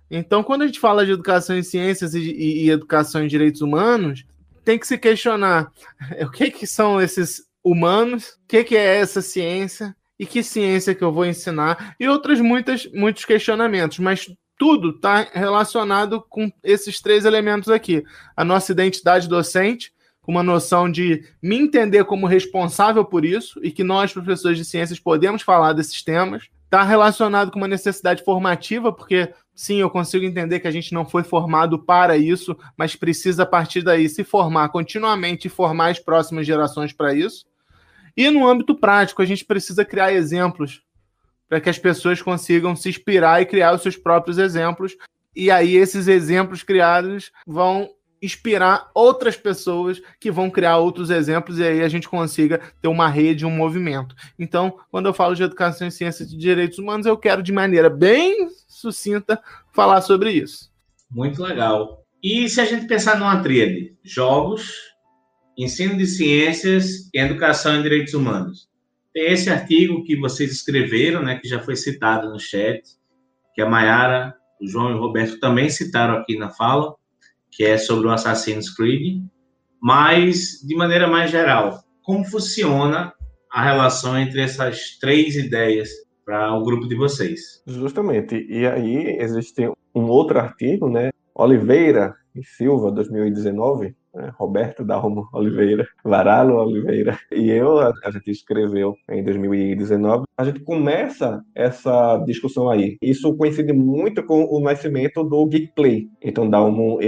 Então, quando a gente fala de educação em ciências e educação em direitos humanos, tem que se questionar o que são esses humanos, o que é essa ciência e que ciência que eu vou ensinar, e muitos questionamentos, mas tudo está relacionado com esses 3 elementos aqui. A nossa identidade docente, com uma noção de me entender como responsável por isso, e que nós, professores de ciências, podemos falar desses temas. Está relacionado com uma necessidade formativa, porque, sim, eu consigo entender que a gente não foi formado para isso, mas precisa, a partir daí, se formar continuamente e formar as próximas gerações para isso. E no âmbito prático, a gente precisa criar exemplos para que as pessoas consigam se inspirar e criar os seus próprios exemplos. E aí esses exemplos criados vão inspirar outras pessoas que vão criar outros exemplos, e aí a gente consiga ter uma rede, um movimento. Então, quando eu falo de educação em ciências e direitos humanos, eu quero, de maneira bem sucinta, falar sobre isso. Muito legal. E se a gente pensar numa tríade? Jogos, ensino de ciências e educação em direitos humanos. Tem esse artigo que vocês escreveram, né, que já foi citado no chat, que a Mayara, o João e o Roberto também citaram aqui na fala, que é sobre o Assassin's Creed, mas, de maneira mais geral, como funciona a relação entre essas 3 ideias para o grupo de vocês? Justamente. E aí existe um outro artigo, né? Oliveira e Silva, 2019, né? Roberto Dalmo Oliveira, Varalo Oliveira, e a gente escreveu em 2019. A gente começa essa discussão aí. Isso coincide muito com o nascimento do Geek Play. Então, Dalmo,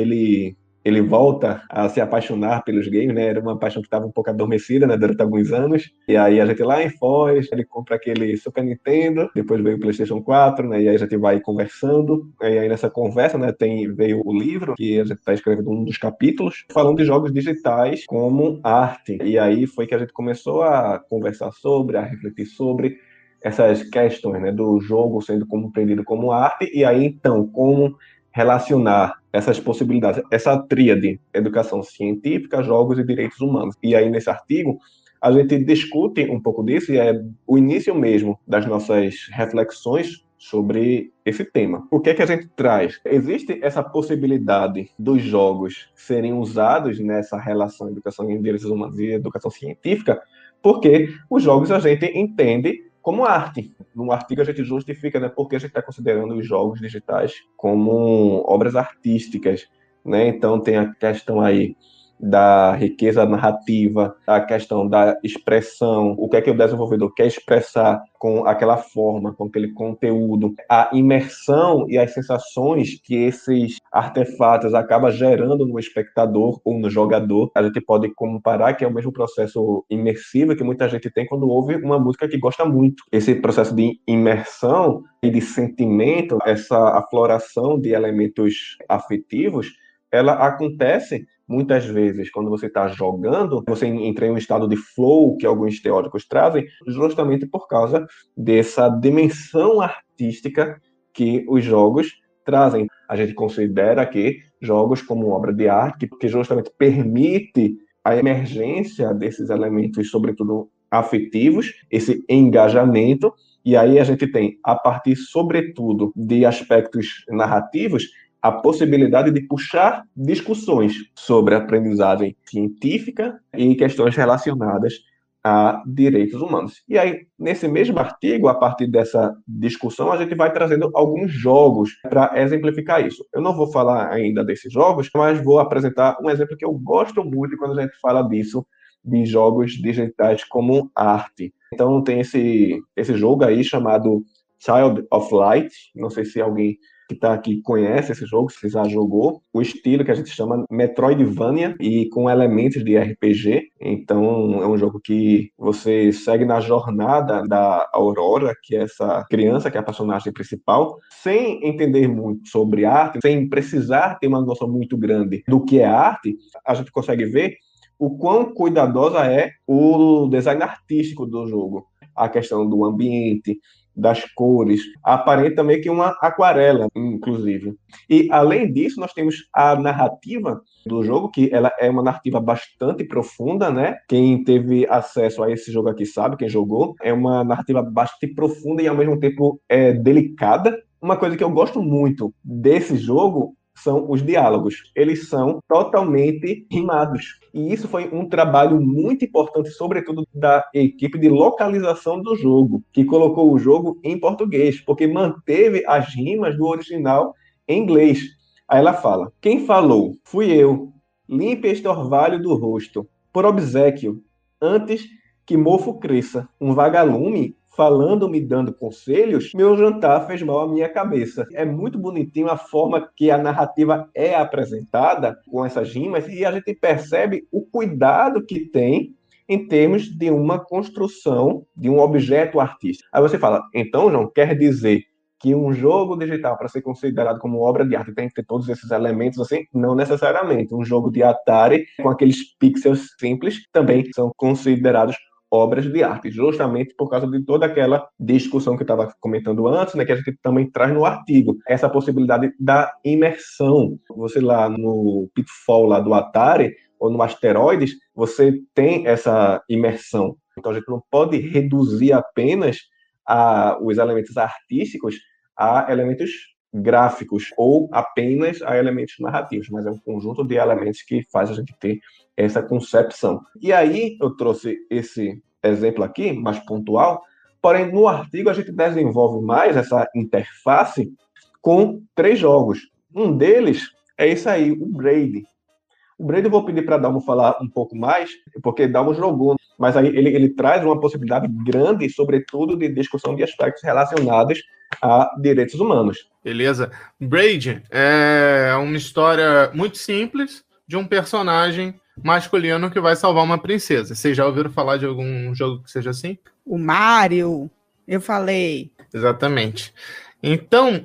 ele volta a se apaixonar pelos games, né? Era uma paixão que estava um pouco adormecida, né? Durante alguns anos. E aí a gente lá em Foz, ele compra aquele Super Nintendo, depois veio o PlayStation 4, né? E aí a gente vai conversando. E aí nessa conversa, né? Veio o livro, que a gente está escrevendo um dos capítulos, falando de jogos digitais como arte. E aí foi que a gente começou a conversar sobre, a refletir sobre essas questões, né? Do jogo sendo compreendido como arte. E aí, então, como relacionar essas possibilidades, essa tríade, educação científica, jogos e direitos humanos. E aí, nesse artigo, a gente discute um pouco disso, e é o início mesmo das nossas reflexões sobre esse tema. O que é que a gente traz? Existe essa possibilidade dos jogos serem usados nessa relação educação em direitos humanos e educação científica, porque os jogos a gente entende como arte. No artigo a gente justifica, né, porque a gente está considerando os jogos digitais como obras artísticas, né? Então tem a questão aí da riqueza narrativa, a questão da expressão, o que é que o desenvolvedor quer expressar com aquela forma, com aquele conteúdo, a imersão e as sensações que esses artefatos acabam gerando no espectador ou no jogador. A gente pode comparar que é o mesmo processo imersivo que muita gente tem quando ouve uma música que gosta muito. Esse processo de imersão e de sentimento, essa afloração de elementos afetivos, ela acontece muitas vezes, quando você está jogando, você entra em um estado de flow, que alguns teóricos trazem, justamente por causa dessa dimensão artística que os jogos trazem. A gente considera que jogos como obra de arte, que justamente permite a emergência desses elementos, sobretudo afetivos, esse engajamento, e aí a gente tem, a partir, sobretudo, de aspectos narrativos, a possibilidade de puxar discussões sobre a aprendizagem científica e questões relacionadas a direitos humanos. E aí, nesse mesmo artigo, a partir dessa discussão, a gente vai trazendo alguns jogos para exemplificar isso. Eu não vou falar ainda desses jogos, mas vou apresentar um exemplo que eu gosto muito quando a gente fala disso, de jogos digitais como arte. Então, tem esse jogo aí chamado Child of Light, não sei se alguém que está aqui conhece esse jogo, se já jogou, o estilo que a gente chama Metroidvania e com elementos de RPG. Então, é um jogo que você segue na jornada da Aurora, que é essa criança que é a personagem principal, sem entender muito sobre arte, sem precisar ter uma noção muito grande do que é arte, a gente consegue ver o quão cuidadosa é o design artístico do jogo. A questão do ambiente, das cores, aparenta meio que uma aquarela, inclusive. E, além disso, nós temos a narrativa do jogo, que ela é uma narrativa bastante profunda, né? Quem teve acesso a esse jogo aqui sabe, quem jogou, é uma narrativa bastante profunda e, ao mesmo tempo, delicada, Uma coisa que eu gosto muito desse jogo são os diálogos. Eles são totalmente rimados. E isso foi um trabalho muito importante, sobretudo da equipe de localização do jogo, que colocou o jogo em português, porque manteve as rimas do original em inglês. Aí ela fala: quem falou? Fui eu. Limpe este orvalho do rosto, por obséquio, antes que mofo cresça. Um vagalume falando, me dando conselhos, meu jantar fez mal à minha cabeça. É muito bonitinho a forma que a narrativa é apresentada com essas rimas, e a gente percebe o cuidado que tem em termos de uma construção de um objeto artístico. Aí você fala, então, João, quer dizer que um jogo digital, para ser considerado como obra de arte, tem que ter todos esses elementos assim? Não necessariamente. Um jogo de Atari, com aqueles pixels simples, também são considerados obras de arte, justamente por causa de toda aquela discussão que eu estava comentando antes, né, que a gente também traz no artigo, essa possibilidade da imersão. Você lá no Pitfall lá do Atari, ou no Asteroides, você tem essa imersão. Então a gente não pode reduzir apenas os elementos artísticos a elementos gráficos ou apenas a elementos narrativos, mas é um conjunto de elementos que faz a gente ter essa concepção. E aí eu trouxe esse exemplo aqui, mais pontual, porém no artigo a gente desenvolve mais essa interface com 3 jogos. Um deles é esse aí, o Braid. O Braid eu vou pedir para Dalmo falar um pouco mais, porque Dalmo jogou, mas aí ele traz uma possibilidade grande, sobretudo de discussão de aspectos relacionados a direitos humanos. Beleza. Braid é uma história muito simples de um personagem masculino que vai salvar uma princesa. Vocês já ouviram falar de algum jogo que seja assim? O Mario, eu falei. Exatamente. Então,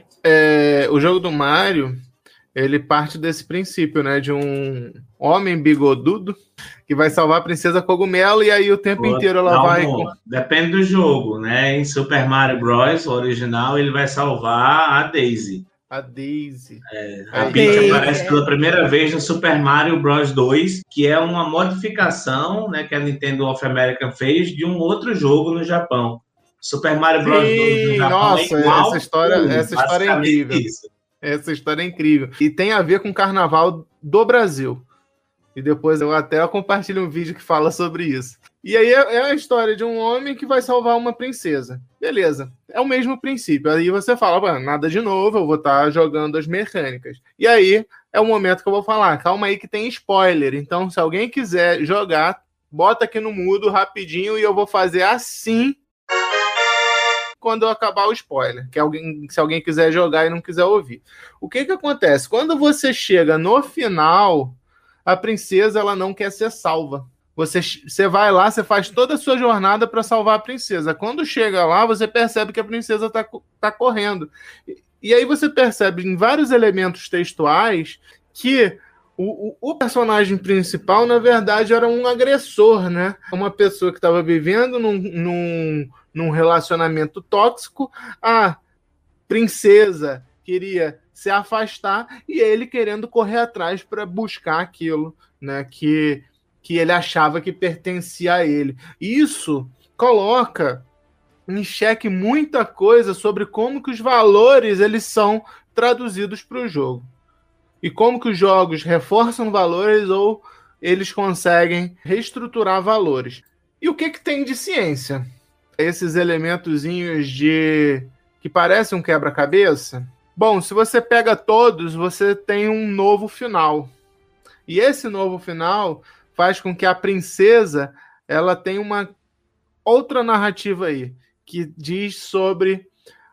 o jogo do Mario, ele parte desse princípio, né? De um homem bigodudo que vai salvar a princesa Cogumelo, e aí o tempo inteiro ela vai... Depende do jogo, né? Em Super Mario Bros., o original, ele vai salvar a Daisy. A Daisy. A Peach aparece pela primeira vez no Super Mario Bros. 2, que é uma modificação, né, que a Nintendo of America fez de um outro jogo no Japão. Super Mario Bros. 2 no Japão. Nossa, essa história é incrível. Isso. Essa história é incrível. E tem a ver com o Carnaval do Brasil. E depois eu até compartilho um vídeo que fala sobre isso. E aí é a história de um homem que vai salvar uma princesa. Beleza, é o mesmo princípio. Aí você fala, nada de novo, eu vou estar jogando as mecânicas. E aí é o momento que eu vou falar, calma aí que tem spoiler. Então, se alguém quiser jogar, bota aqui no mudo rapidinho e eu vou fazer assim quando eu acabar o spoiler. Se alguém quiser jogar e não quiser ouvir. O que acontece? Quando você chega no final, a princesa ela não quer ser salva. Você vai lá, você faz toda a sua jornada para salvar a princesa. Quando chega lá, você percebe que a princesa tá correndo. E aí você percebe em vários elementos textuais que o personagem principal, na verdade, era um agressor, né? Uma pessoa que estava vivendo num relacionamento tóxico. A princesa queria se afastar e ele querendo correr atrás para buscar aquilo, né? Que ele achava que pertencia a ele. Isso coloca em xeque muita coisa sobre como que os valores eles são traduzidos para o jogo. E como que os jogos reforçam valores ou eles conseguem reestruturar valores. E o que tem de ciência? Esses elementozinhos que parecem um quebra-cabeça? Bom, se você pega todos, você tem um novo final. E esse novo final faz com que a princesa ela tenha uma outra narrativa aí, que diz sobre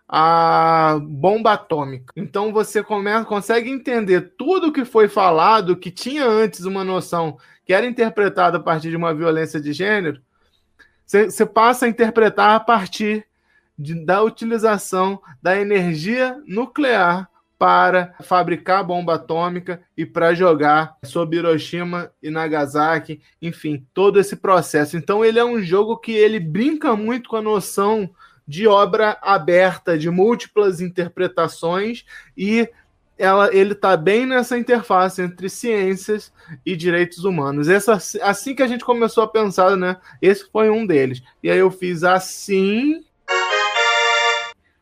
a bomba atômica. Então você consegue entender tudo o que foi falado, que tinha antes uma noção que era interpretada a partir de uma violência de gênero, você passa a interpretar a partir da utilização da energia nuclear para fabricar a bomba atômica e para jogar sobre Hiroshima e Nagasaki, enfim, todo esse processo. Então ele é um jogo que ele brinca muito com a noção de obra aberta, de múltiplas interpretações, e ele está bem nessa interface entre ciências e direitos humanos. Assim que a gente começou a pensar, né? Esse foi um deles. E aí eu fiz assim...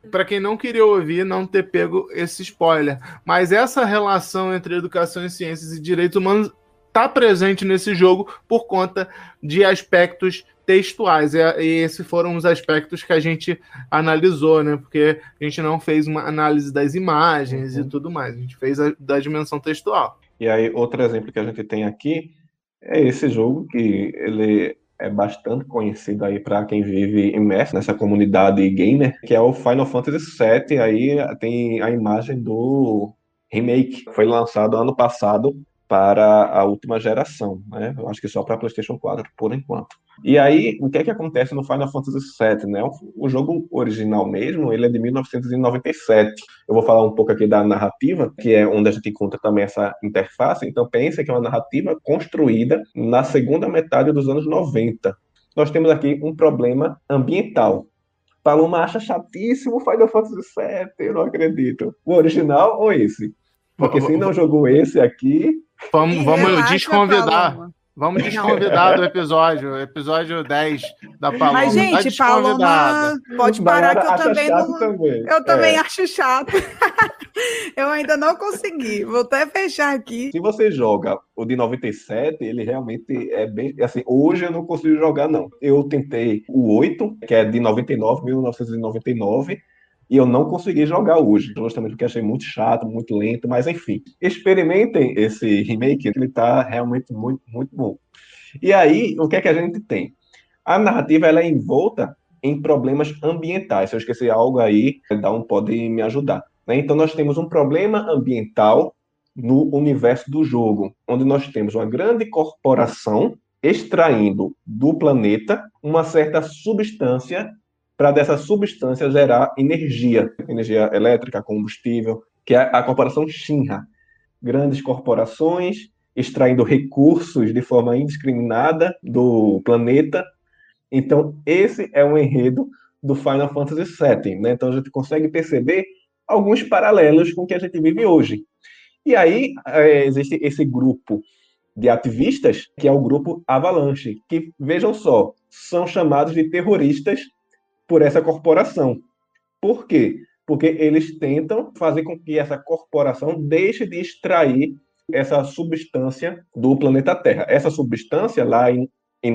para quem não queria ouvir, não ter pego esse spoiler. Mas essa relação entre educação em ciências e direitos humanos está presente nesse jogo por conta de aspectos textuais. E esses foram os aspectos que a gente analisou, né? Porque a gente não fez uma análise das imagens e tudo mais. A gente fez da dimensão textual. E aí, outro exemplo que a gente tem aqui é esse jogo, que ele é bastante conhecido aí para quem vive imerso nessa comunidade gamer, que é o Final Fantasy VII. Aí tem a imagem do remake, foi lançado ano passado para a última geração, né? Eu acho que só para PlayStation 4, por enquanto. E aí, o que é que acontece no Final Fantasy VII, né? O jogo original mesmo, ele é de 1997. Eu vou falar um pouco aqui da narrativa, que é onde a gente encontra também essa interface. Então, pensa que é uma narrativa construída na segunda metade dos anos 90. Nós temos aqui um problema ambiental. Paloma acha chatíssimo o Final Fantasy VII, eu não acredito. O original ou esse? Porque se não jogou esse aqui... Vamos desconvidar. Vamos desconvidar do episódio 10 da Paloma. Mas, gente, Paloma, pode parar que eu também não... Eu também acho chato. Eu ainda não consegui. Vou até fechar aqui. Se você joga o de 97, ele realmente é bem... Assim, hoje eu não consigo jogar, não. Eu tentei o 8, que é de 1999, e eu não consegui jogar hoje, justamente porque achei muito chato, muito lento, mas enfim. Experimentem esse remake, ele tá realmente muito, muito bom. E aí, o que é que a gente tem? A narrativa, ela é envolta em problemas ambientais. Se eu esquecer algo aí, pode me ajudar, né? Então, nós temos um problema ambiental no universo do jogo, onde nós temos uma grande corporação extraindo do planeta uma certa substância para dessa substância gerar energia elétrica, combustível, que é a corporação Shinra. Grandes corporações extraindo recursos de forma indiscriminada do planeta. Então, esse é o enredo do Final Fantasy VII, né? Então, a gente consegue perceber alguns paralelos com o que a gente vive hoje. E aí, existe esse grupo de ativistas, que é o grupo Avalanche, que, vejam só, são chamados de terroristas por essa corporação. Por quê? Porque eles tentam fazer com que essa corporação deixe de extrair essa substância do planeta Terra. Essa substância, lá em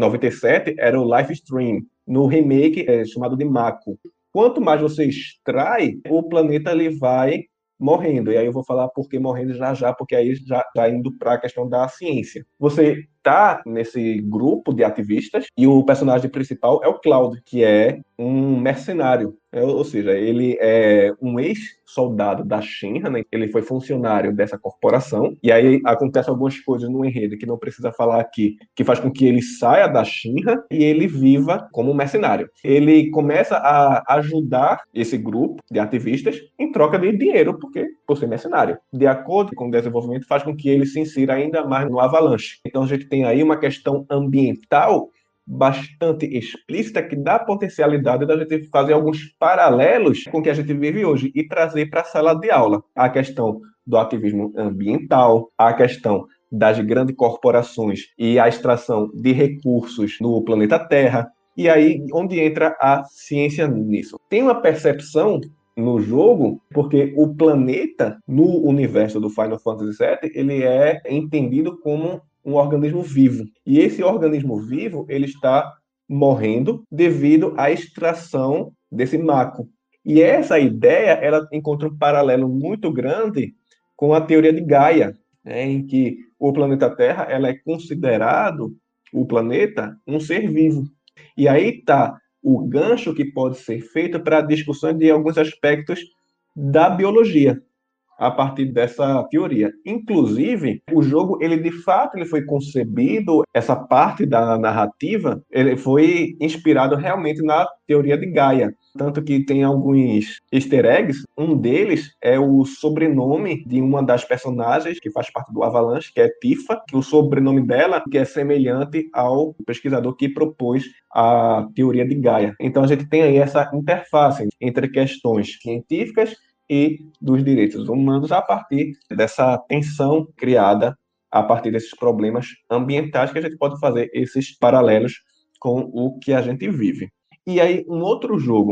97, era o Life Stream. No remake, é chamado de Mako. Quanto mais você extrai, o planeta ele vai morrendo. E aí eu vou falar por que morrendo já, porque aí já indo para a questão da ciência. Você tá nesse grupo de ativistas e o personagem principal é o Cloud, que é um mercenário. Ou seja, ele é um ex-soldado da Shinra, né? Ele foi funcionário dessa corporação, e aí acontecem algumas coisas no enredo que não precisa falar aqui, que faz com que ele saia da Shinra e ele viva como mercenário. Ele começa a ajudar esse grupo de ativistas em troca de dinheiro, por ser mercenário. De acordo com o desenvolvimento, faz com que ele se insira ainda mais no Avalanche. Então a gente tem aí uma questão ambiental bastante explícita que dá potencialidade da gente fazer alguns paralelos com o que a gente vive hoje e trazer para a sala de aula a questão do ativismo ambiental, a questão das grandes corporações e a extração de recursos no planeta Terra. E aí, onde entra a ciência nisso? Tem uma percepção no jogo, porque o planeta, no universo do Final Fantasy VII, ele é entendido como um organismo vivo. E esse organismo vivo, ele está morrendo devido à extração desse Mako. E essa ideia, ela encontra um paralelo muito grande com a teoria de Gaia, né, em que o planeta Terra, ela é considerado, o planeta, um ser vivo. E aí está o gancho que pode ser feito para a discussão de alguns aspectos da biologia a partir dessa teoria. Inclusive, o jogo, ele de fato ele foi concebido, essa parte da narrativa, ele foi inspirado realmente na teoria de Gaia. Tanto que tem alguns easter eggs, um deles é o sobrenome de uma das personagens que faz parte do Avalanche, que é Tifa, que o sobrenome dela que é semelhante ao pesquisador que propôs a teoria de Gaia. Então a gente tem aí essa interface entre questões científicas e dos direitos humanos a partir dessa tensão criada a partir desses problemas ambientais que a gente pode fazer esses paralelos com o que a gente vive. E aí, um outro jogo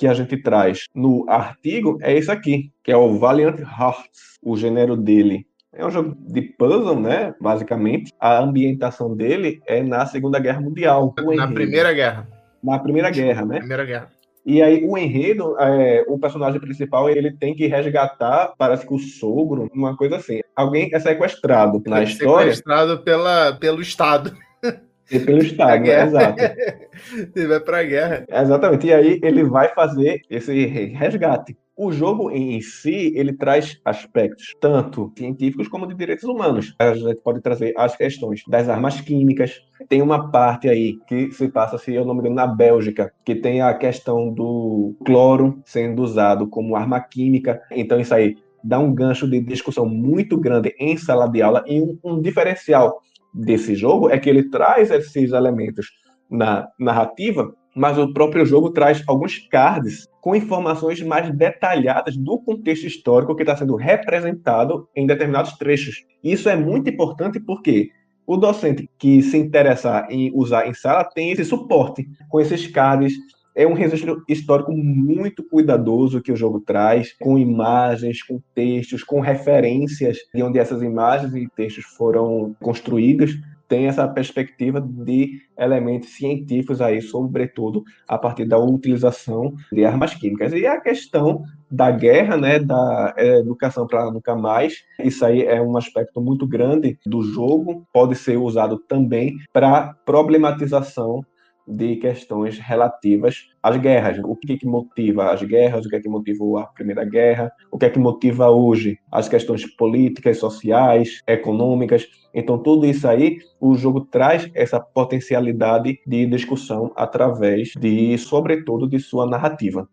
que a gente traz no artigo é esse aqui, que é o Valiant Hearts, o gênero dele. É um jogo de puzzle, né? Basicamente. A ambientação dele é na Segunda Guerra Mundial. Na Primeira Guerra. Na Primeira Guerra, né? Primeira Guerra. E aí o enredo, o personagem principal, ele tem que resgatar, parece que o sogro, uma coisa assim. Alguém é sequestrado na história. Sequestrado pelo Estado. E pelo Estado, né? Exato. Ele vai pra guerra. Exatamente. E aí ele vai fazer esse resgate. O jogo em si, ele traz aspectos tanto científicos como de direitos humanos. A gente pode trazer as questões das armas químicas. Tem uma parte aí que se passa, se eu não me engano, na Bélgica, que tem a questão do cloro sendo usado como arma química. Então isso aí dá um gancho de discussão muito grande em sala de aula. E um diferencial desse jogo é que ele traz esses elementos na narrativa, mas o próprio jogo traz alguns cards com informações mais detalhadas do contexto histórico que está sendo representado em determinados trechos. Isso é muito importante porque o docente que se interessar em usar em sala tem esse suporte com esses cards. É um registro histórico muito cuidadoso que o jogo traz, com imagens, com textos, com referências de onde essas imagens e textos foram construídos. Tem essa perspectiva de elementos científicos aí, sobretudo a partir da utilização de armas químicas. E a questão da guerra, né, da educação para nunca mais, isso aí é um aspecto muito grande do jogo, pode ser usado também para problematização de questões relativas às guerras. O que é que motiva as guerras? O que é que motivou a Primeira Guerra? O que é que motiva hoje as questões políticas, sociais, econômicas? Então, tudo isso aí, o jogo traz essa potencialidade de discussão através de, sobretudo, de sua narrativa.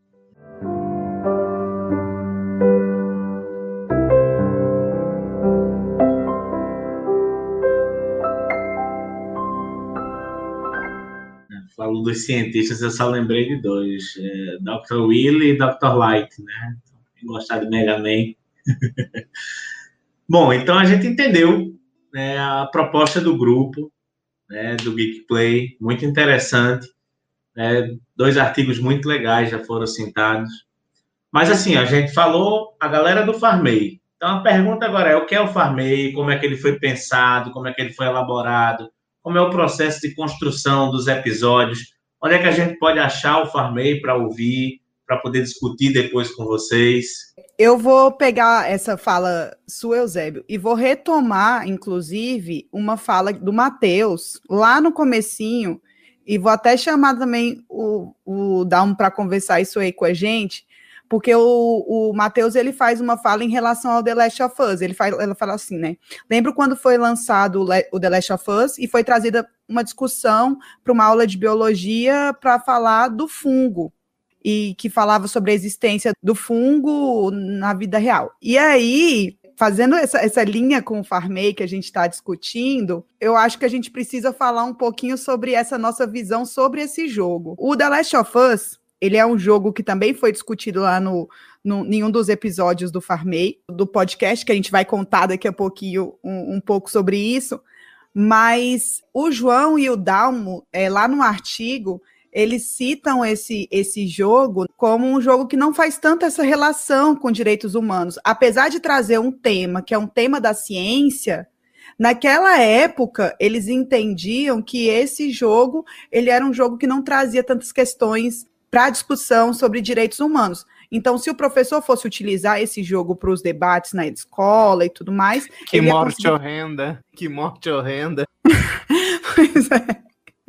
Falou dos cientistas, eu só lembrei de dois, Dr. Willy e Dr. Light, né? Quem gostar de Mega Man. Bom, então a gente entendeu, né, a proposta do grupo, né, do Geek Play, muito interessante, né, 2 artigos muito legais já foram citados. Mas assim, a gente falou a galera do Farmei. Então a pergunta agora é, o que é o Farmei, como é que ele foi pensado, como é que ele foi elaborado, como é o processo de construção dos episódios, onde é que a gente pode achar o Farmei para ouvir, para poder discutir depois com vocês. Eu vou pegar essa fala sua, Eusébio, e vou retomar, inclusive, uma fala do Matheus, lá no comecinho, e vou até chamar também o Dalmo para conversar isso aí com a gente, porque o Matheus, ele faz uma fala em relação ao The Last of Us, ele fala assim, né? Lembro quando foi lançado o The Last of Us e foi trazida uma discussão para uma aula de biologia para falar do fungo, e que falava sobre a existência do fungo na vida real. E aí, fazendo essa linha com o Farmei que a gente está discutindo, eu acho que a gente precisa falar um pouquinho sobre essa nossa visão sobre esse jogo. O The Last of Us, ele é um jogo que também foi discutido lá em um dos episódios do Farmei, do podcast, que a gente vai contar daqui a pouquinho um pouco sobre isso, mas o João e o Dalmo, lá no artigo, eles citam esse jogo como um jogo que não faz tanto essa relação com direitos humanos. Apesar de trazer um tema, que é um tema da ciência, naquela época, eles entendiam que esse jogo, ele era um jogo que não trazia tantas questões para discussão sobre direitos humanos. Então, se o professor fosse utilizar esse jogo para os debates na escola e tudo mais... Que morte horrenda! Que morte horrenda! Pois é.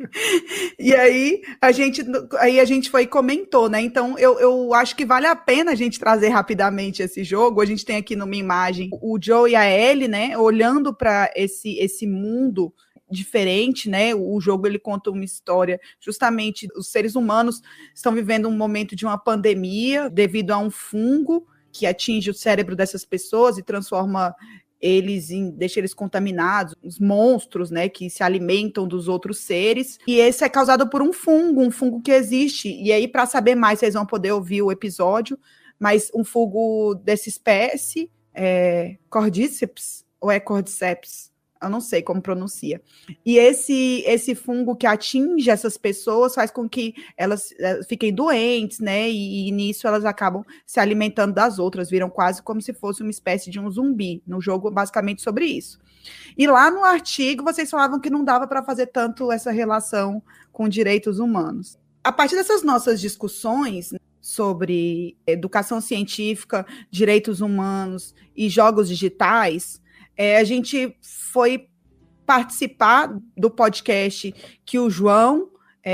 E aí a gente foi e comentou, né? Então eu acho que vale a pena a gente trazer rapidamente esse jogo. A gente tem aqui numa imagem o Joe e a Ellie, né? Olhando para esse mundo diferente, né? O jogo, ele conta uma história, justamente os seres humanos estão vivendo um momento de uma pandemia devido a um fungo que atinge o cérebro dessas pessoas e transforma deixa eles contaminados, os monstros, né, que se alimentam dos outros seres, e esse é causado por um fungo que existe, e aí para saber mais vocês vão poder ouvir o episódio, mas um fungo dessa espécie, Cordyceps, ou é Cordyceps? eu não sei como pronuncia. E esse fungo que atinge essas pessoas faz com que elas fiquem doentes, né? E nisso elas acabam se alimentando das outras, viram quase como se fosse uma espécie de um zumbi. No jogo, basicamente, sobre isso. E lá no artigo, vocês falavam que não dava para fazer tanto essa relação com direitos humanos. A partir dessas nossas discussões sobre educação científica, direitos humanos e jogos digitais, a gente foi participar do podcast que o João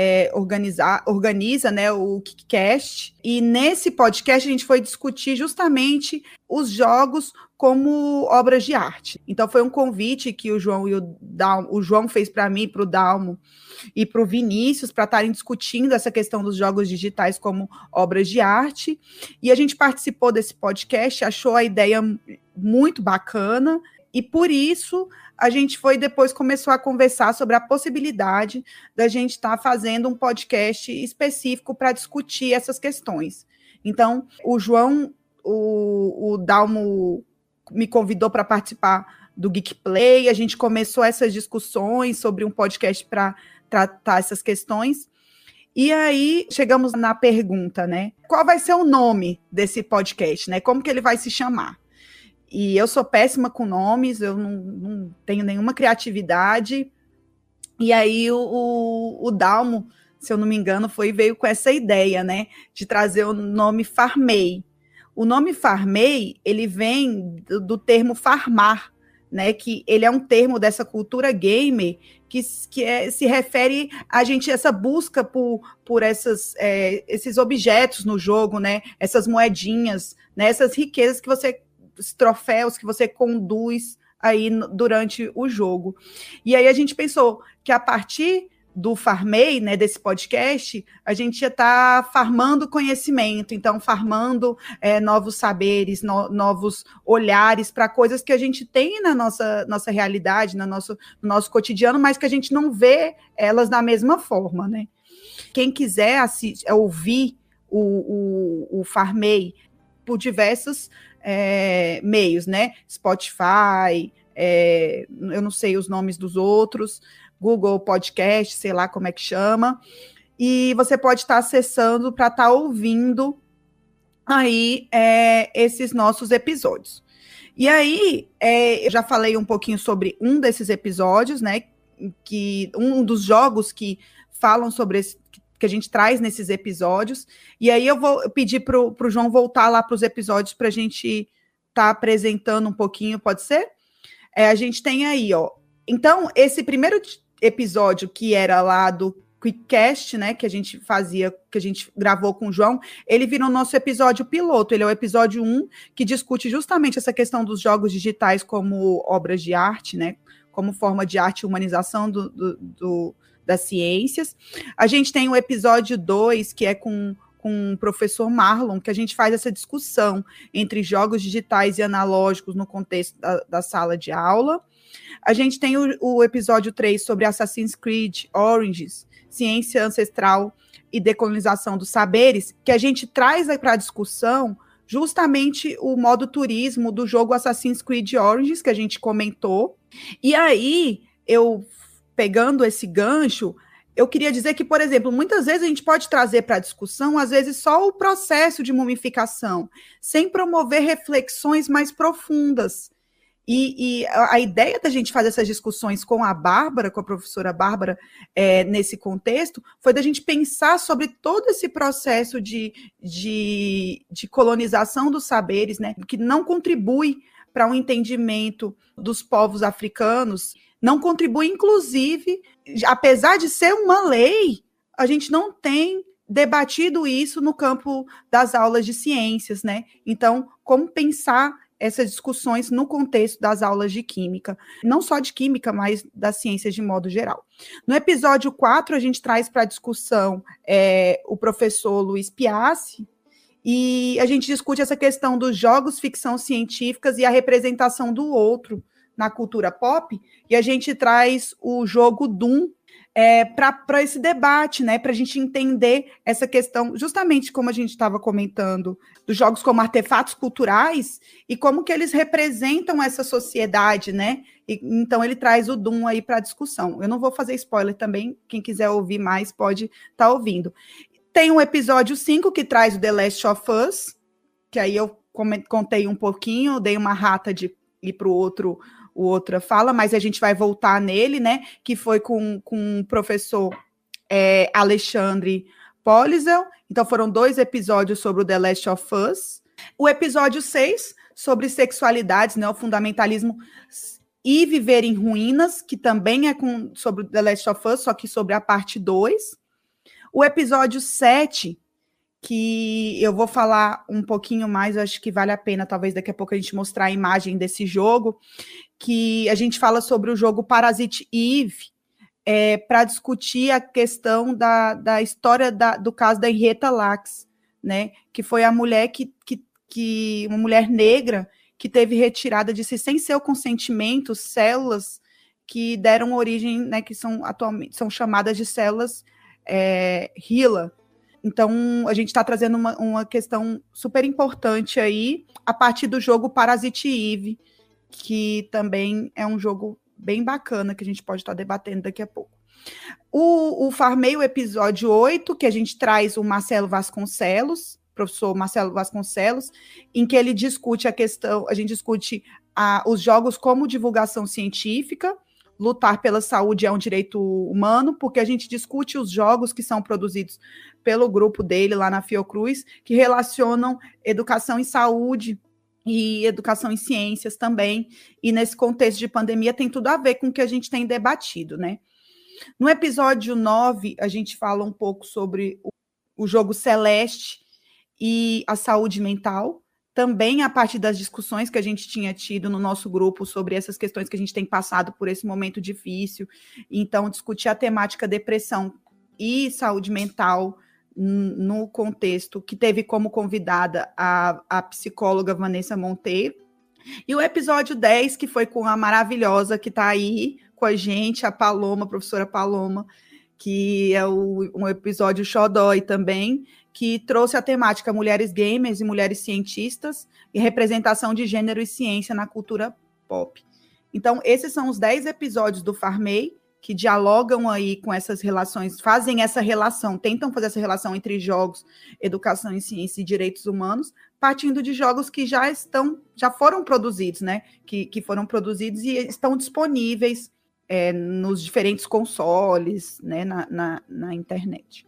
organiza, né, o KickCast, e nesse podcast a gente foi discutir justamente os jogos como obras de arte. Então foi um convite que o João fez para mim, para o Dalmo e para o Vinícius, para estarem discutindo essa questão dos jogos digitais como obras de arte, e a gente participou desse podcast, achou a ideia muito bacana, e por isso a gente começou a conversar sobre a possibilidade da gente estar fazendo um podcast específico para discutir essas questões. Então, o João, o Dalmo me convidou para participar do Geek Play, a gente começou essas discussões sobre um podcast para tratar essas questões, e aí chegamos na pergunta, né? Qual vai ser o nome desse podcast, né? Como que ele vai se chamar? E eu sou péssima com nomes, eu não tenho nenhuma criatividade. E aí o Dalmo, se eu não me engano, veio com essa ideia, né? De trazer o nome Farmei. O nome Farmei, ele vem do termo farmar, né? Que ele é um termo dessa cultura gamer que se refere a gente, essa busca por esses objetos no jogo, né? Essas moedinhas, né? Essas riquezas que você... troféus que você conduz aí durante o jogo. E aí a gente pensou que a partir do Farmei, né, desse podcast, a gente ia estar farmando conhecimento, então farmando novos saberes, novos olhares para coisas que a gente tem na nossa realidade, no nosso cotidiano, mas que a gente não vê elas da mesma forma, né? Quem quiser ouvir o Farmei por diversos meios, né? Spotify, eu não sei os nomes dos outros, Google Podcast, sei lá como é que chama, e você pode estar acessando para estar ouvindo aí esses nossos episódios. E aí, eu já falei um pouquinho sobre um desses episódios, né? Que um dos jogos que falam sobre esse, que a gente traz nesses episódios, e aí eu vou pedir para o João voltar lá para os episódios para a gente estar apresentando um pouquinho, pode ser? A gente tem aí, ó. Então, esse primeiro episódio que era lá do QuickCast, né, que a gente gravou com o João, ele virou nosso episódio piloto, ele é o episódio 1, que discute justamente essa questão dos jogos digitais como obras de arte, né, como forma de arte e humanização das ciências. A gente tem o episódio 2, que é com o professor Marlon, que a gente faz essa discussão entre jogos digitais e analógicos no contexto da sala de aula. A gente tem o episódio 3 sobre Assassin's Creed Origins, ciência ancestral e decolonização dos saberes, que a gente traz para a discussão justamente o modo turismo do jogo Assassin's Creed Origins, que a gente comentou. E aí, pegando esse gancho, eu queria dizer que, por exemplo, muitas vezes a gente pode trazer para a discussão, às vezes, só o processo de mumificação, sem promover reflexões mais profundas. E a ideia da gente fazer essas discussões com a Bárbara, com a professora Bárbara, nesse contexto, foi da gente pensar sobre todo esse processo de colonização dos saberes, né, que não contribui para um entendimento dos povos africanos, não contribui, inclusive, apesar de ser uma lei, a gente não tem debatido isso no campo das aulas de ciências, né? Então, como pensar essas discussões no contexto das aulas de química, não só de química, mas das ciências de modo geral. No episódio 4, a gente traz para a discussão o professor Luiz Piassi, e a gente discute essa questão dos jogos ficção científicas e a representação do outro na cultura pop, e a gente traz o jogo Doom, para esse debate, né? Para a gente entender essa questão, justamente como a gente estava comentando, dos jogos como artefatos culturais e como que eles representam essa sociedade, né? Então ele traz o Doom aí para a discussão. Eu não vou fazer spoiler também, quem quiser ouvir mais pode estar ouvindo. Tem o episódio 5 que traz o The Last of Us, que aí eu contei um pouquinho, dei uma rata de ir para o outra fala, mas a gente vai voltar nele, né? Que foi com o professor Alexandre Polizel. Então foram 2 episódios sobre o The Last of Us. O episódio 6, sobre sexualidades, né? O fundamentalismo e viver em ruínas, que também é sobre o The Last of Us, só que sobre a parte 2. O episódio 7, que eu vou falar um pouquinho mais, acho que vale a pena, talvez daqui a pouco a gente mostrar a imagem desse jogo, que a gente fala sobre o jogo Parasite Eve, para discutir a questão da história do caso da Henrietta Lacks, né, que foi a mulher uma mulher negra que teve retirada de si, sem seu consentimento, células que deram origem, né, que atualmente são chamadas de células HeLa. Então, a gente está trazendo uma questão super importante aí, a partir do jogo Parasite Eve, que também é um jogo bem bacana, que a gente pode estar debatendo daqui a pouco. O Farmei, o episódio 8, que a gente traz o Marcelo Vasconcelos, professor Marcelo Vasconcelos, em que ele discute a gente discute os jogos como divulgação científica. Lutar pela saúde é um direito humano, porque a gente discute os jogos que são produzidos pelo grupo dele lá na Fiocruz, que relacionam educação em saúde e educação em ciências também, e nesse contexto de pandemia tem tudo a ver com o que a gente tem debatido, né? No episódio 9, a gente fala um pouco sobre o jogo Celeste e a saúde mental, também a partir das discussões que a gente tinha tido no nosso grupo sobre essas questões que a gente tem passado por esse momento difícil. Então, discutir a temática depressão e saúde mental no contexto que teve como convidada a psicóloga Vanessa Monteiro. E o episódio 10, que foi com a maravilhosa que está aí com a gente, a Paloma, a professora Paloma, que é um episódio xodói também, que trouxe a temática mulheres gamers e mulheres cientistas e representação de gênero e ciência na cultura pop. Então, esses são os 10 episódios do Farmei, que dialogam aí com essas relações, fazem essa relação, tentam fazer essa relação entre jogos, educação em ciência e direitos humanos, partindo de jogos que já foram produzidos, né? Que foram produzidos e estão disponíveis nos diferentes consoles, né? na internet.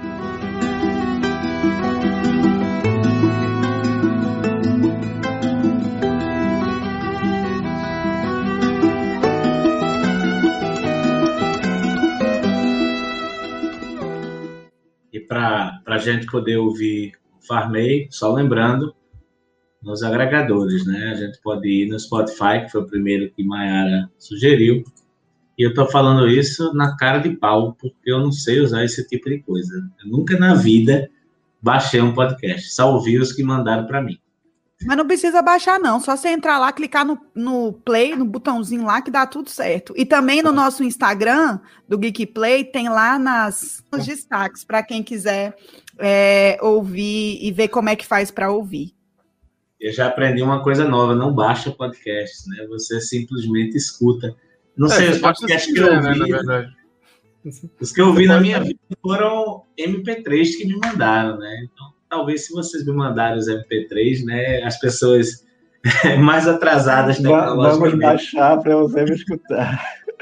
E para a gente poder ouvir o Farmei, só lembrando, nos agregadores, né? A gente pode ir no Spotify, que foi o primeiro que Mayara sugeriu, e eu estou falando isso na cara de pau, porque eu não sei usar esse tipo de coisa. Eu nunca na vida baixei um podcast, só ouvi os que mandaram para mim. Mas não precisa baixar, não. Só você entrar lá, clicar no play, no botãozinho lá, que dá tudo certo. E também no nosso Instagram, do Geek Play, tem lá nos destaques, para quem quiser ouvir e ver como é que faz para ouvir. Eu já aprendi uma coisa nova, não baixa podcast, né? Você simplesmente escuta. Não sei, os podcasts que eu ouvi, né, na verdade. Os que eu ouvi na minha vida foram MP3 que me mandaram, né? Então, talvez se vocês me mandarem os MP3, né, as pessoas mais atrasadas tecnologicamente. Vamos baixar para você me escutar.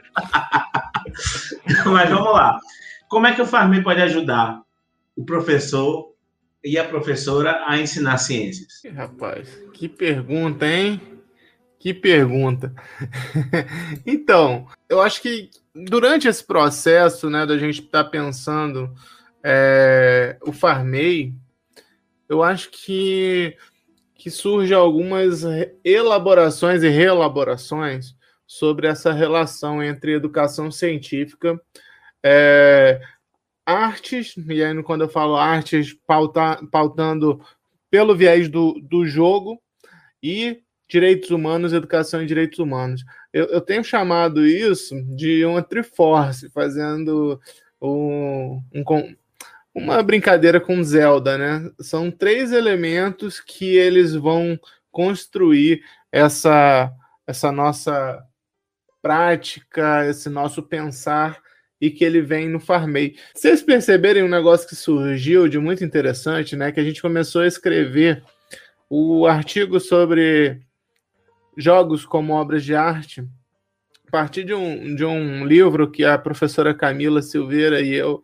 Mas vamos lá. Como é que o Farmei pode ajudar o professor e a professora a ensinar ciências? Rapaz, que pergunta, hein? Que pergunta. Então, eu acho que durante esse processo, né, da gente estar pensando o Farmei, eu acho que surge algumas elaborações e reelaborações sobre essa relação entre educação científica, artes, e aí quando eu falo artes, pautando pelo viés do jogo, e direitos humanos, educação e direitos humanos. eu tenho chamado isso de uma Triforce, fazendo uma brincadeira com Zelda, né? São 3 elementos que eles vão construir essa nossa prática, esse nosso pensar, e que ele vem no Farmei. Vocês perceberem um negócio que surgiu de muito interessante, né? Que a gente começou a escrever o artigo sobre jogos como obras de arte a partir de um livro que a professora Camila Silveira e eu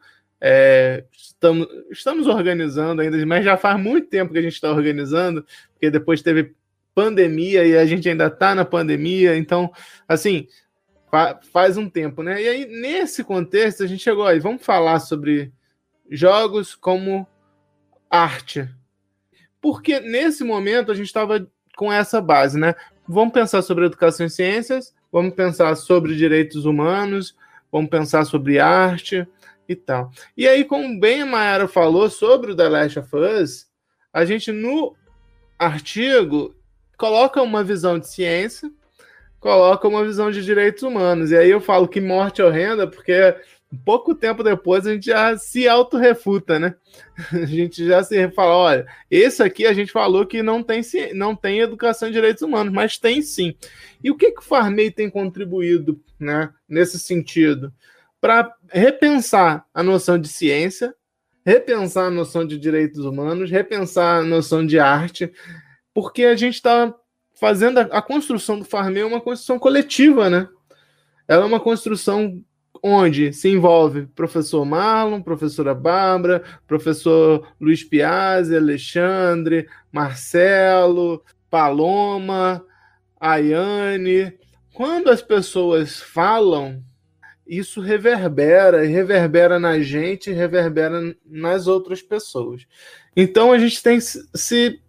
estamos organizando ainda, mas já faz muito tempo que a gente está organizando, porque depois teve pandemia e a gente ainda está na pandemia, então, assim, faz um tempo, né? E aí, nesse contexto, a gente chegou aí, vamos falar sobre jogos como arte. Porque nesse momento a gente estava com essa base, né? Vamos pensar sobre educação e ciências, vamos pensar sobre direitos humanos, vamos pensar sobre arte e tal. E aí, como bem a Mayara falou sobre o The Last of Us, a gente no artigo coloca uma visão de ciência, coloca uma visão de direitos humanos. E aí eu falo que morte horrenda, porque pouco tempo depois a gente já se autorrefuta, né? A gente já se fala, olha, esse aqui a gente falou que não tem educação em direitos humanos, mas tem sim. E o que o Farmei tem contribuído, né, nesse sentido? Para repensar a noção de ciência, repensar a noção de direitos humanos, repensar a noção de arte, porque a gente está fazendo a construção do Farmei uma construção coletiva, né? Ela é uma construção onde se envolve professor Marlon, professora Bárbara, professor Luiz Piazzi, Alexandre, Marcelo, Paloma, Ayane. Quando as pessoas falam, isso reverbera na gente, reverbera nas outras pessoas. Então a gente tem se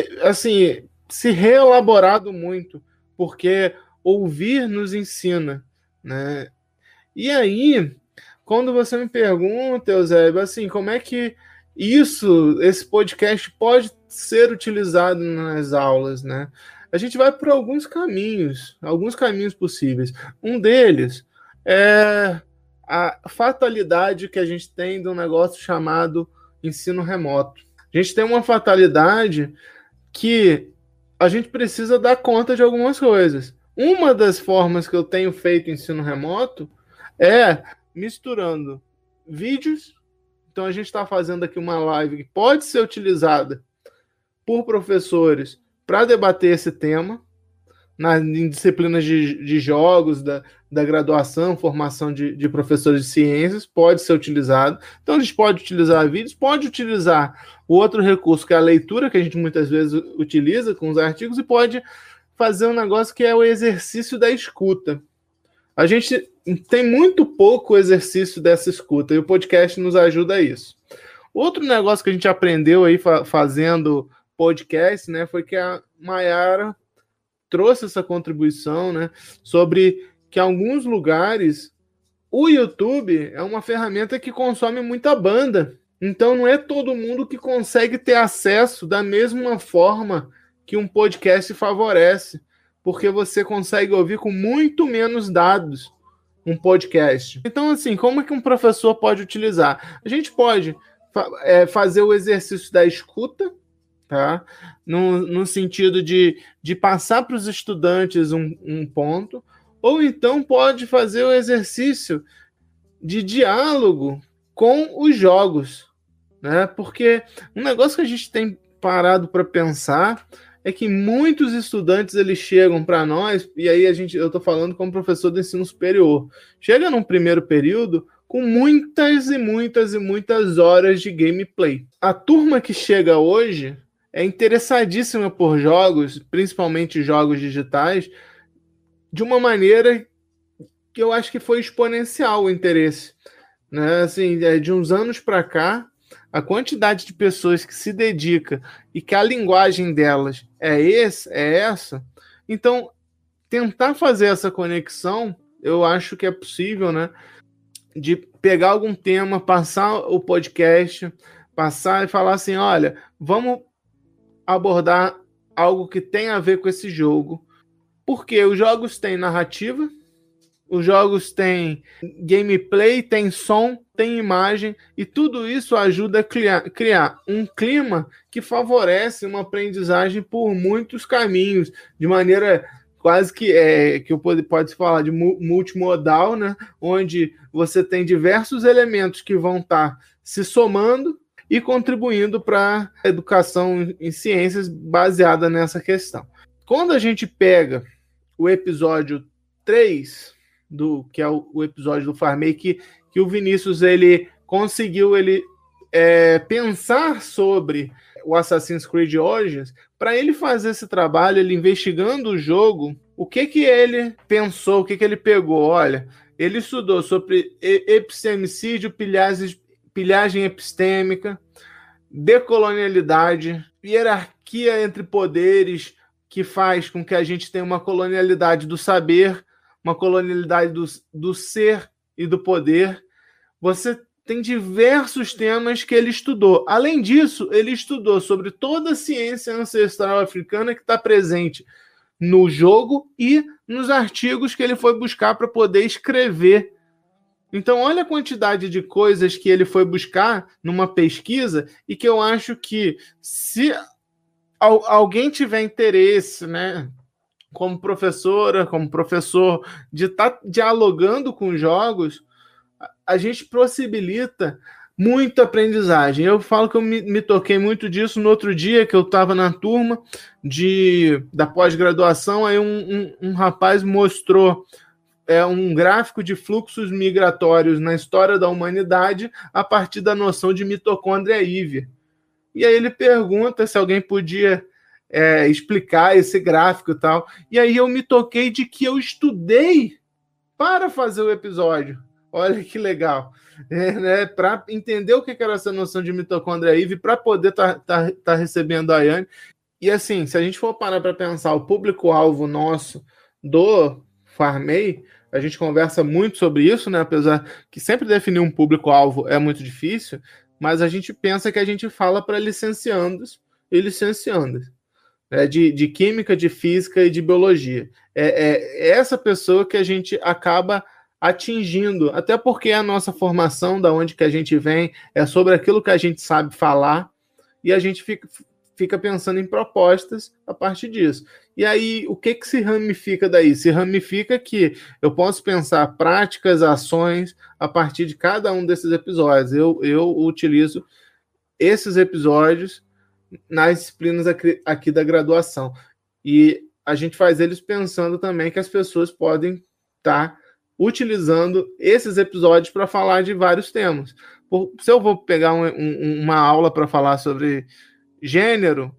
reelaborado muito, porque ouvir nos ensina, né? E aí, quando você me pergunta, Eusébio, assim, como é que esse podcast pode ser utilizado nas aulas, né? A gente vai por alguns caminhos possíveis. Um deles é a fatalidade que a gente tem de um negócio chamado ensino remoto. A gente tem uma fatalidade que a gente precisa dar conta de algumas coisas. Uma das formas que eu tenho feito ensino remoto é misturando vídeos. Então a gente está fazendo aqui uma live que pode ser utilizada por professores para debater esse tema em disciplinas de jogos, da graduação, formação de professores de ciências, pode ser utilizado. Então a gente pode utilizar vídeos, pode utilizar o outro recurso, que é a leitura, que a gente muitas vezes utiliza com os artigos, e pode fazer um negócio que é o exercício da escuta. A gente tem muito pouco exercício dessa escuta, e o podcast nos ajuda a isso. Outro negócio que a gente aprendeu aí fazendo podcast, né, foi que a Mayara trouxe essa contribuição, né, sobre que em alguns lugares o YouTube é uma ferramenta que consome muita banda. Então não é todo mundo que consegue ter acesso da mesma forma que um podcast favorece, porque você consegue ouvir com muito menos dados um podcast. Então, assim, como é que um professor pode utilizar? A gente pode fazer o exercício da escuta, tá? No sentido de passar para os estudantes um ponto, ou então pode fazer o exercício de diálogo com os jogos, né? Porque um negócio que a gente tem parado para pensar é que muitos estudantes eles chegam para nós, e aí eu estou falando como professor do ensino superior, chega num primeiro período com muitas e muitas e muitas horas de gameplay. A turma que chega hoje é interessadíssima por jogos, principalmente jogos digitais, de uma maneira que eu acho que foi exponencial o interesse, né? Assim, de uns anos para cá, a quantidade de pessoas que se dedica e que a linguagem delas é essa, então tentar fazer essa conexão, eu acho que é possível, né? De pegar algum tema, passar o podcast, passar e falar assim, olha, vamos abordar algo que tem a ver com esse jogo, Porque os jogos têm narrativa, os jogos têm gameplay, tem som, tem imagem, e tudo isso ajuda a criar um clima que favorece uma aprendizagem por muitos caminhos, de maneira quase que pode falar de multimodal, né? Onde você tem diversos elementos que vão estar se somando e contribuindo para a educação em ciências baseada nessa questão. Quando a gente pega o episódio 3, que é o episódio do Farmei, que o Vinícius ele conseguiu pensar sobre o Assassin's Creed Origins, para ele fazer esse trabalho, ele investigando o jogo, o que ele pensou, o que ele pegou? Olha, ele estudou sobre epistemicídio, pilhagem epistêmica, decolonialidade, hierarquia entre poderes, que faz com que a gente tenha uma colonialidade do saber, uma colonialidade do ser e do poder. Você tem diversos temas que ele estudou. Além disso, ele estudou sobre toda a ciência ancestral africana que está presente no jogo e nos artigos que ele foi buscar para poder escrever. Então, olha a quantidade de coisas que ele foi buscar numa pesquisa e que eu acho que, se alguém tiver interesse, né, como professora, como professor, de estar dialogando com jogos, a gente possibilita muita aprendizagem. Eu falo que eu me toquei muito disso no outro dia, que eu estava na turma da pós-graduação, aí um rapaz mostrou um gráfico de fluxos migratórios na história da humanidade a partir da noção de mitocôndria híver. E aí ele pergunta se alguém podia explicar esse gráfico e tal. E aí eu me toquei de que eu estudei para fazer o episódio. Olha que legal. Né? Para entender o que era essa noção de mitocôndria híver, para poder tá recebendo a Ayane. E assim, se a gente for parar para pensar o público-alvo nosso do Farmei, a gente conversa muito sobre isso, né? Apesar que sempre definir um público-alvo é muito difícil, mas a gente pensa que a gente fala para licenciandos e licenciandas, né? De química, de física e de biologia. É essa pessoa que a gente acaba atingindo, até porque a nossa formação, da onde que a gente vem, é sobre aquilo que a gente sabe falar, e a gente fica pensando em propostas a partir disso. E aí, o que se ramifica daí? Se ramifica que eu posso pensar práticas, ações, a partir de cada um desses episódios. Eu utilizo esses episódios nas disciplinas aqui da graduação. E a gente faz eles pensando também que as pessoas podem estar utilizando esses episódios para falar de vários temas. Se eu vou pegar uma aula para falar sobre gênero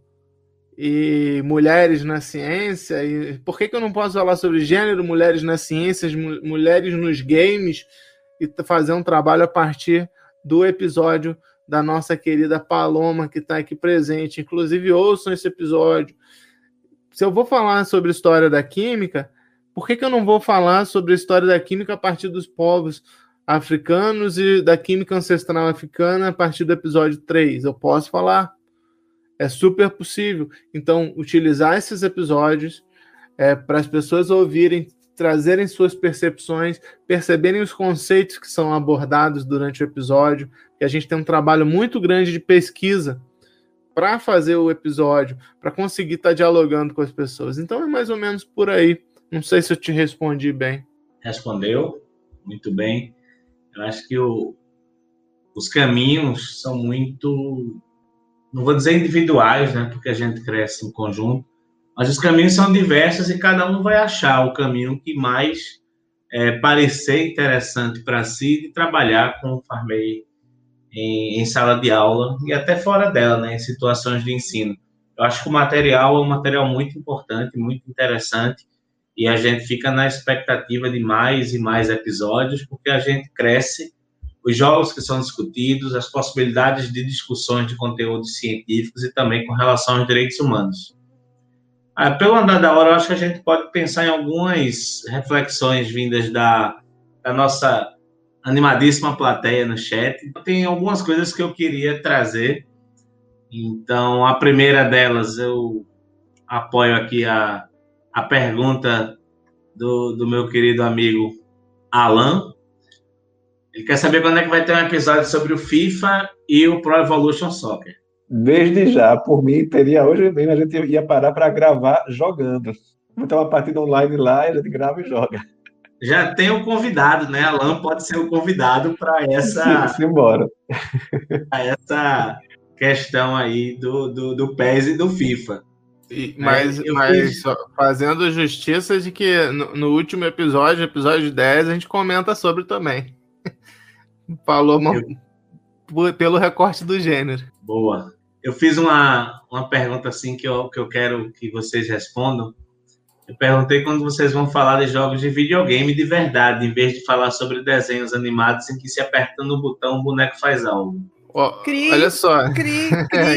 e mulheres na ciência, e por que eu não posso falar sobre gênero, mulheres nas ciências, mulheres nos games, e fazer um trabalho a partir do episódio da nossa querida Paloma, que está aqui presente. Inclusive, ouçam esse episódio. Se eu vou falar sobre história da química, por que eu não vou falar sobre a história da química a partir dos povos africanos e da química ancestral africana a partir do episódio 3? Eu posso falar. É super possível. Então, utilizar esses episódios para as pessoas ouvirem, trazerem suas percepções, perceberem os conceitos que são abordados durante o episódio, que a gente tem um trabalho muito grande de pesquisa para fazer o episódio, para conseguir estar dialogando com as pessoas. Então, é mais ou menos por aí. Não sei se eu te respondi bem. Respondeu muito bem. Eu acho que os caminhos são muito, não vou dizer individuais, né, porque a gente cresce em conjunto, mas os caminhos são diversos e cada um vai achar o caminho que mais parecer interessante para si de trabalhar com o Farmei em sala de aula e até fora dela, né, em situações de ensino. Eu acho que o material é um material muito importante, muito interessante, e a gente fica na expectativa de mais e mais episódios, porque a gente cresce, os jogos que são discutidos, as possibilidades de discussões de conteúdos científicos e também com relação aos direitos humanos. Pelo andar da hora, eu acho que a gente pode pensar em algumas reflexões vindas da nossa animadíssima plateia no chat. Tem algumas coisas que eu queria trazer. Então, a primeira delas, eu apoio aqui a a pergunta do meu querido amigo Alan. Ele quer saber quando é que vai ter um episódio sobre o FIFA e o Pro Evolution Soccer. Desde já, por mim, teria hoje mesmo, a gente ia parar para gravar jogando. Botar uma partida online lá, a gente grava e joga. Já tem o convidado, né? Alan pode ser o convidado para essa questão aí do PES e do FIFA. Mas fazendo justiça de que no último episódio 10, a gente comenta sobre também. Falou pelo recorte do gênero. Boa. Eu fiz uma pergunta assim que eu quero que vocês respondam. Eu perguntei quando vocês vão falar de jogos de videogame de verdade, em vez de falar sobre desenhos animados em que se apertando o botão o boneco faz algo. Olha só. Cri.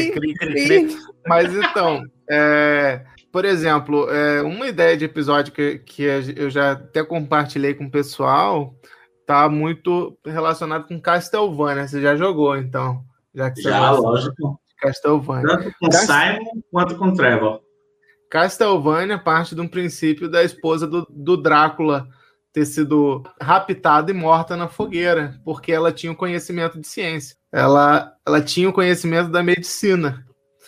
Mas então, por exemplo, uma ideia de episódio que eu já até compartilhei com o pessoal tá muito relacionado com Castlevania. Você já jogou, então? Já, lógico. Castlevania. Tanto com Simon quanto com Trevor. Castlevania parte de um princípio da esposa do Drácula ter sido raptada e morta na fogueira, porque ela tinha o conhecimento de ciência. Ela tinha o conhecimento da medicina.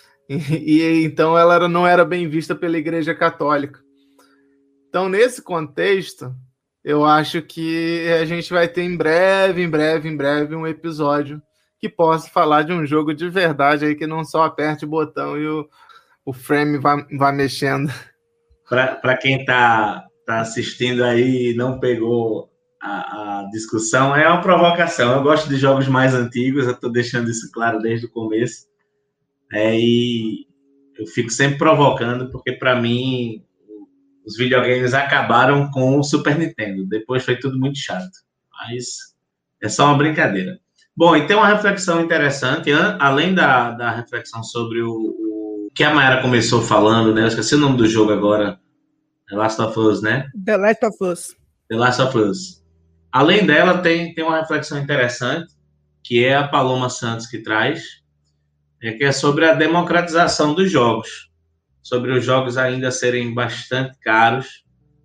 E então ela não era bem vista pela Igreja Católica. Então, nesse contexto, eu acho que a gente vai ter em breve um episódio que possa falar de um jogo de verdade aí, que não só aperte o botão e o frame vai mexendo. Para quem está assistindo aí e não pegou a discussão, é uma provocação. Eu gosto de jogos mais antigos, eu estou deixando isso claro desde o começo. E eu fico sempre provocando, porque para mim os videogames acabaram com o Super Nintendo. Depois foi tudo muito chato. Mas é só uma brincadeira. Bom, e tem uma reflexão interessante, além da reflexão sobre o que a Mayara começou falando, né? Eu esqueci o nome do jogo agora. The Last of Us, né? The Last of Us. The Last of Us. Além dela, tem uma reflexão interessante, que é a Paloma Santos que traz, que é sobre a democratização dos jogos, sobre os jogos ainda serem bastante caros,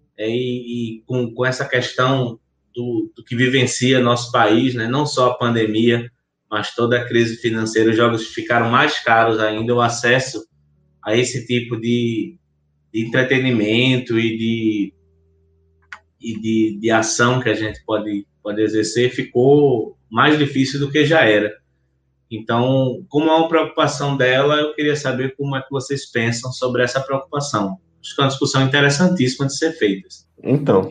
e com essa questão do que vivencia nosso país, né? Não só a pandemia, mas toda a crise financeira, os jogos ficaram mais caros ainda, o acesso a esse tipo de entretenimento e de ação que a gente pode exercer ficou mais difícil do que já era. Então, como é uma preocupação dela, eu queria saber como é que vocês pensam sobre essa preocupação. Acho que é uma discussão interessantíssima de ser feita. Então,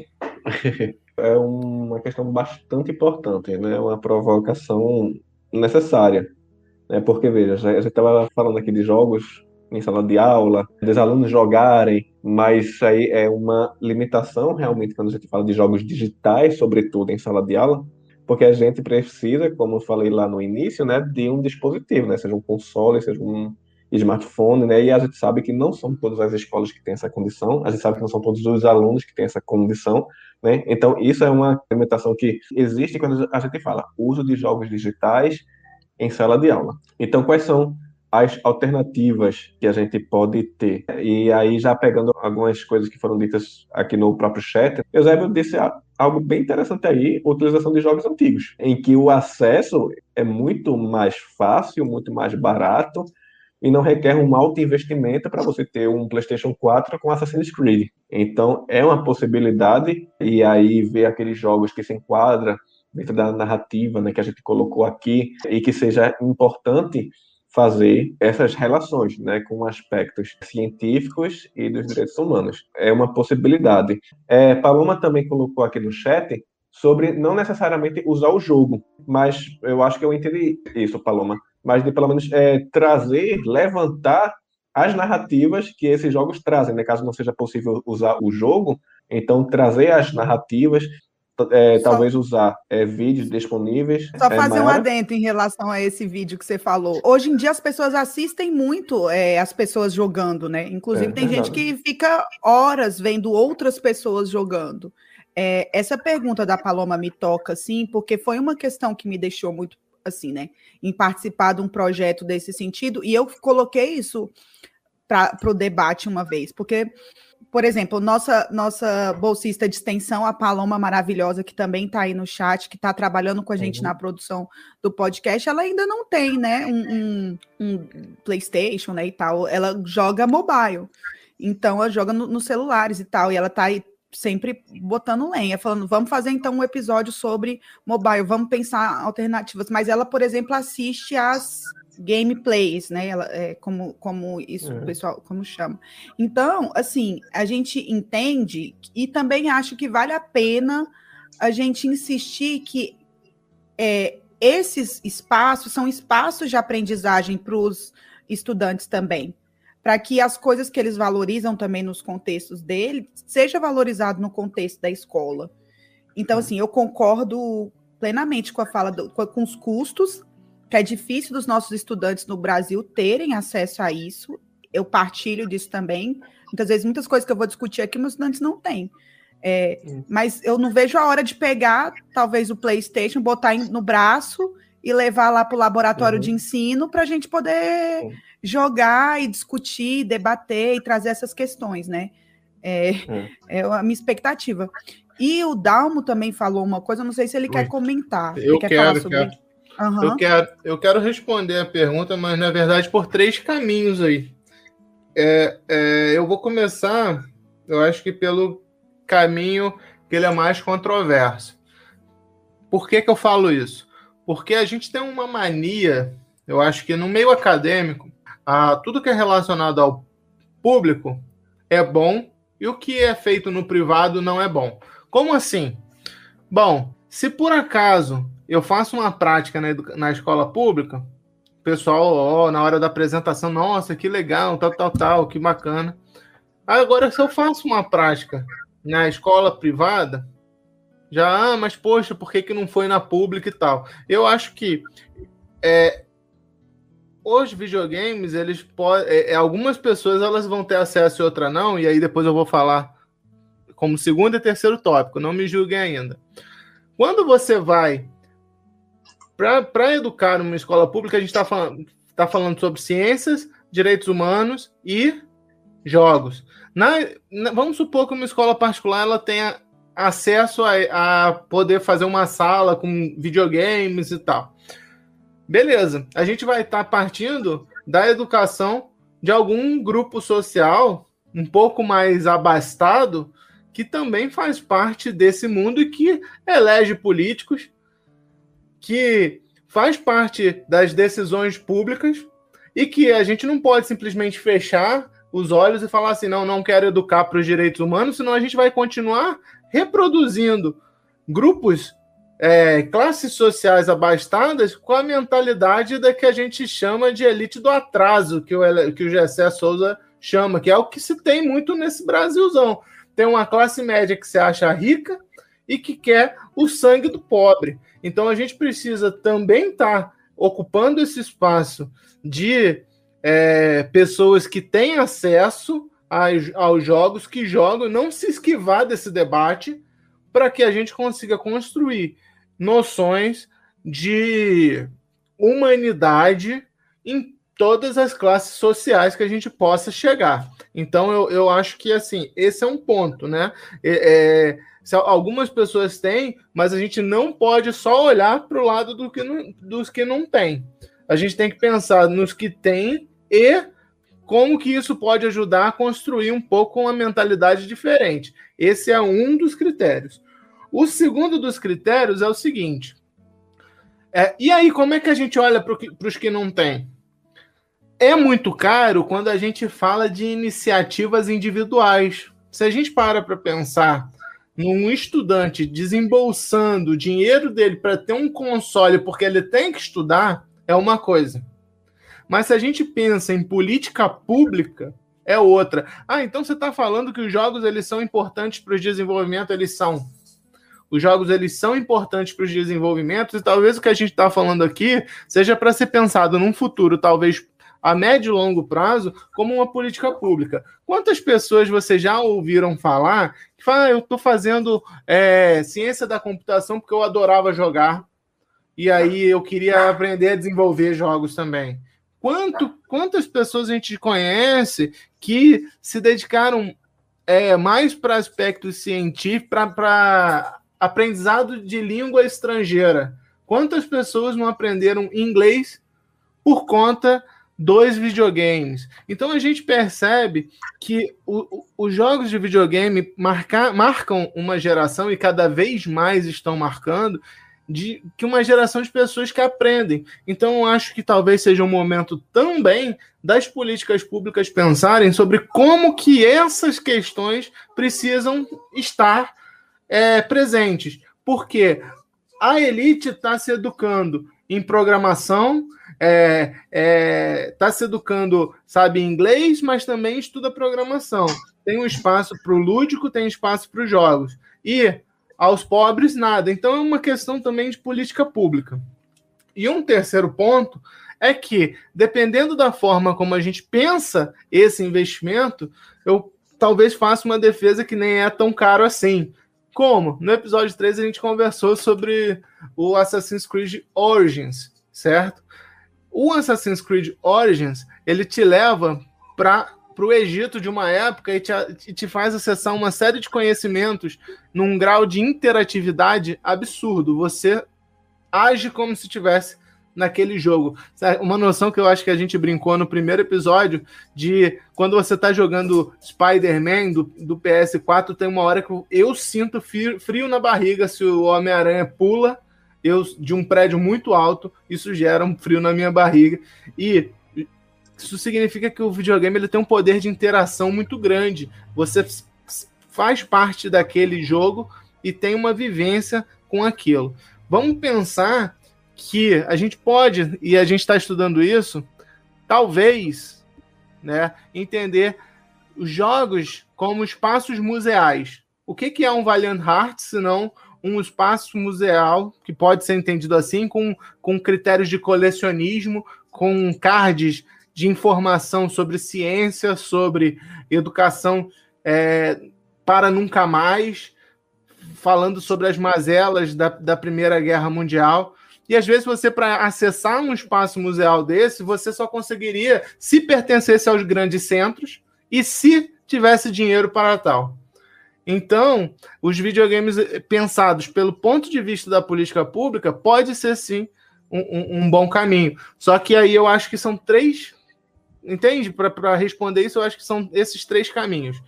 é uma questão bastante importante, né? Uma provocação necessária, né? Porque, veja, a gente estava falando aqui de jogos em sala de aula, dos alunos jogarem, mas isso aí é uma limitação, realmente, quando a gente fala de jogos digitais, sobretudo em sala de aula, porque a gente precisa, como eu falei lá no início, né, de um dispositivo, né? Seja um console, seja um smartphone, né? E a gente sabe que não são todas as escolas que têm essa condição, a gente sabe que não são todos os alunos que têm essa condição, né? Então, isso é uma limitação que existe quando a gente fala uso de jogos digitais em sala de aula. Então, quais são as alternativas que a gente pode ter? E aí, já pegando algumas coisas que foram ditas aqui no próprio chat, Eusébio disse algo bem interessante aí, a utilização de jogos antigos, em que o acesso é muito mais fácil, muito mais barato, e não requer um alto investimento para você ter um PlayStation 4 com Assassin's Creed. Então, é uma possibilidade, e aí ver aqueles jogos que se enquadram dentro da narrativa, né, que a gente colocou aqui, e que seja importante fazer essas relações, né, com aspectos científicos e dos direitos humanos. É uma possibilidade. Paloma também colocou aqui no chat sobre não necessariamente usar o jogo, mas eu acho que eu entendi isso, Paloma, mas de pelo menos trazer, levantar as narrativas que esses jogos trazem, né? Caso não seja possível usar o jogo, então trazer as narrativas, talvez usar vídeos disponíveis. Só fazer um adendo em relação a esse vídeo que você falou. Hoje em dia as pessoas assistem muito as pessoas jogando, né? Inclusive tem gente que fica horas vendo outras pessoas jogando. Essa pergunta da Paloma me toca, assim, porque foi uma questão que me deixou muito assim, né, em participar de um projeto desse sentido, e eu coloquei isso para o debate uma vez, porque por exemplo, nossa bolsista de extensão, a Paloma maravilhosa, que também está aí no chat, que está trabalhando com a gente na produção do podcast, ela ainda não tem, né, um PlayStation, né, e tal. Ela joga mobile. Então, ela joga nos celulares e tal. E ela está aí sempre botando lenha, falando, vamos fazer então um episódio sobre mobile, vamos pensar alternativas. Mas ela, por exemplo, assiste às gameplays, né? Ela, como isso o pessoal como chama. Então, assim, a gente entende e também acho que vale a pena a gente insistir que esses espaços são espaços de aprendizagem para os estudantes também, para que as coisas que eles valorizam também nos contextos dele seja valorizado no contexto da escola. Então, assim, eu concordo plenamente com a fala com os custos, que é difícil dos nossos estudantes no Brasil terem acesso a isso. Eu partilho disso também. Muitas vezes, muitas coisas que eu vou discutir aqui, meus estudantes não têm. Mas eu não vejo a hora de pegar, talvez, o PlayStation, botar no braço e levar lá para o laboratório de ensino para a gente poder jogar e discutir, debater e trazer essas questões, né? É a minha expectativa. E o Dalmo também falou uma coisa, não sei se ele quer comentar. Eu quero. Uhum. Eu quero responder a pergunta, mas na verdade por 3 caminhos aí. Eu vou começar, eu acho que pelo caminho que ele é mais controverso. Por que eu falo isso? Porque a gente tem uma mania, eu acho que no meio acadêmico, tudo que é relacionado ao público é bom e o que é feito no privado não é bom. Como assim? Bom, se por acaso eu faço uma prática na escola pública, o pessoal, na hora da apresentação, nossa, que legal, tal, que bacana. Agora, se eu faço uma prática na escola privada, mas poxa, por que não foi na pública e tal? Eu acho que os videogames, eles podem, algumas pessoas elas vão ter acesso e outra não, e aí depois eu vou falar como segundo e terceiro tópico, não me julguem ainda. Quando você vai para educar numa escola pública, a gente está falando sobre ciências, direitos humanos e jogos. Vamos supor que uma escola particular ela tenha acesso a poder fazer uma sala com videogames e tal. Beleza, a gente vai estar partindo da educação de algum grupo social um pouco mais abastado que também faz parte desse mundo e que elege políticos, que faz parte das decisões públicas e que a gente não pode simplesmente fechar os olhos e falar assim, não quero educar para os direitos humanos, senão a gente vai continuar reproduzindo grupos, classes sociais abastadas com a mentalidade da que a gente chama de elite do atraso, que o Gessé Souza chama, que é o que se tem muito nesse Brasilzão. Tem uma classe média que se acha rica e que quer o sangue do pobre. Então, a gente precisa também estar ocupando esse espaço de pessoas que têm acesso aos jogos, que jogam, não se esquivar desse debate, para que a gente consiga construir noções de humanidade em todas as classes sociais que a gente possa chegar. Então, eu acho que, assim, esse é um ponto, né? Algumas pessoas têm, mas a gente não pode só olhar para o lado dos que não têm. A gente tem que pensar nos que têm e como que isso pode ajudar a construir um pouco uma mentalidade diferente. Esse é um dos critérios. O segundo dos critérios é o seguinte. E aí, como é que a gente olha para os que não têm? É muito caro quando a gente fala de iniciativas individuais. Se a gente para pensar num estudante desembolsando o dinheiro dele para ter um console porque ele tem que estudar, é uma coisa. Mas se a gente pensa em política pública, é outra. Então você está falando que os jogos eles são importantes para o desenvolvimento? Eles são. Os jogos eles são importantes para os desenvolvimentos e talvez o que a gente está falando aqui seja para ser pensado num futuro, talvez a médio e longo prazo, como uma política pública. Quantas pessoas vocês já ouviram falar que falam, eu estou fazendo ciência da computação porque eu adorava jogar e aí eu queria aprender a desenvolver jogos também? Quantas pessoas a gente conhece que se dedicaram mais para aspectos científicos, para aprendizado de língua estrangeira. Quantas pessoas não aprenderam inglês por conta dos videogames? Então a gente percebe que os jogos de videogame marcam uma geração, e cada vez mais estão marcando, que uma geração de pessoas que aprendem. Então eu acho que talvez seja um momento também das políticas públicas pensarem sobre como que essas questões precisam estar presentes. Porque a elite está se educando em programação, está se educando, sabe, em inglês, mas também estuda programação. Tem um espaço para o lúdico, tem espaço para os jogos. E aos pobres, nada. Então é uma questão também de política pública. E um terceiro ponto é que, dependendo da forma como a gente pensa esse investimento, eu talvez faça uma defesa que nem é tão caro assim. Como? No episódio 3 a gente conversou sobre o Assassin's Creed Origins, certo? O Assassin's Creed Origins, ele te leva para o Egito de uma época e te faz acessar uma série de conhecimentos num grau de interatividade absurdo. Você age como se estivesse naquele jogo. Uma noção que eu acho que a gente brincou no primeiro episódio, de quando você está jogando Spider-Man do PS4, tem uma hora que eu sinto frio na barriga se o Homem-Aranha pula de um prédio muito alto, isso gera um frio na minha barriga. E isso significa que o videogame ele tem um poder de interação muito grande. Você faz parte daquele jogo e tem uma vivência com aquilo. Vamos pensar que a gente pode, e a gente está estudando isso, talvez, né, entender os jogos como espaços museais. O que é um Valiant Hearts, se não um espaço museal, que pode ser entendido assim, com critérios de colecionismo, com cards de informação sobre ciência, sobre educação para nunca mais, falando sobre as mazelas da Primeira Guerra Mundial. E às vezes você, para acessar um espaço museal desse, você só conseguiria se pertencesse aos grandes centros e se tivesse dinheiro para tal. Então, os videogames pensados pelo ponto de vista da política pública pode ser, sim, um bom caminho. Só que aí eu acho que são três... Entende? Para responder isso, eu acho que são esses três caminhos.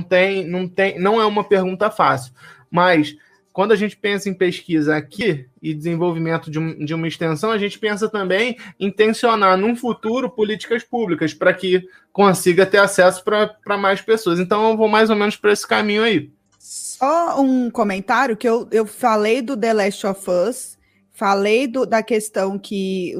Não é uma pergunta fácil. Mas, quando a gente pensa em pesquisa aqui e desenvolvimento de uma extensão, a gente pensa também em tensionar, num futuro, políticas públicas para que consiga ter acesso para mais pessoas. Então, eu vou mais ou menos para esse caminho aí. Só um comentário, que eu falei do The Last of Us, falei da questão que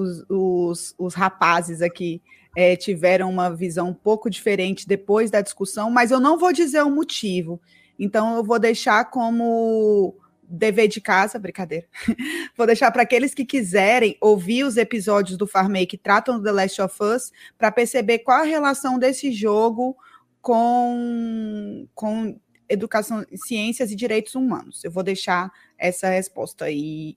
os rapazes aqui tiveram uma visão um pouco diferente depois da discussão, mas eu não vou dizer o motivo. Então, eu vou deixar como dever de casa, brincadeira. Vou deixar para aqueles que quiserem ouvir os episódios do Farmei que tratam do The Last of Us, para perceber qual a relação desse jogo com educação, ciências e direitos humanos. Eu vou deixar essa resposta aí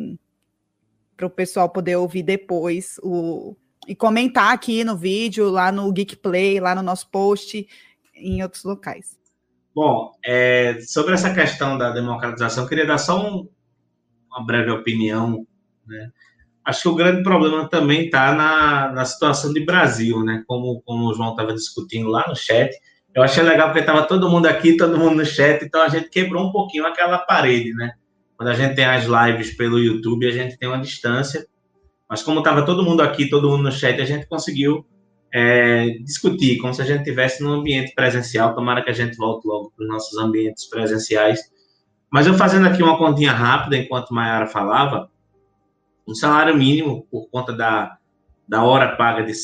para o pessoal poder ouvir depois e comentar aqui no vídeo, lá no Geek Play, lá no nosso post, em outros locais. Bom, sobre essa questão da democratização, eu queria dar só uma breve opinião, né? Acho que o grande problema também está na situação de Brasil, né? Como o João estava discutindo lá no chat. Eu achei legal porque estava todo mundo aqui, todo mundo no chat, então a gente quebrou um pouquinho aquela parede, né? Quando a gente tem as lives pelo YouTube, a gente tem uma distância, mas como estava todo mundo aqui, todo mundo no chat, a gente conseguiu discutir, como se a gente estivesse num ambiente presencial. Tomara que a gente volte logo para os nossos ambientes presenciais. Mas eu fazendo aqui uma continha rápida, enquanto Mayara falava, um salário mínimo, por conta da hora paga de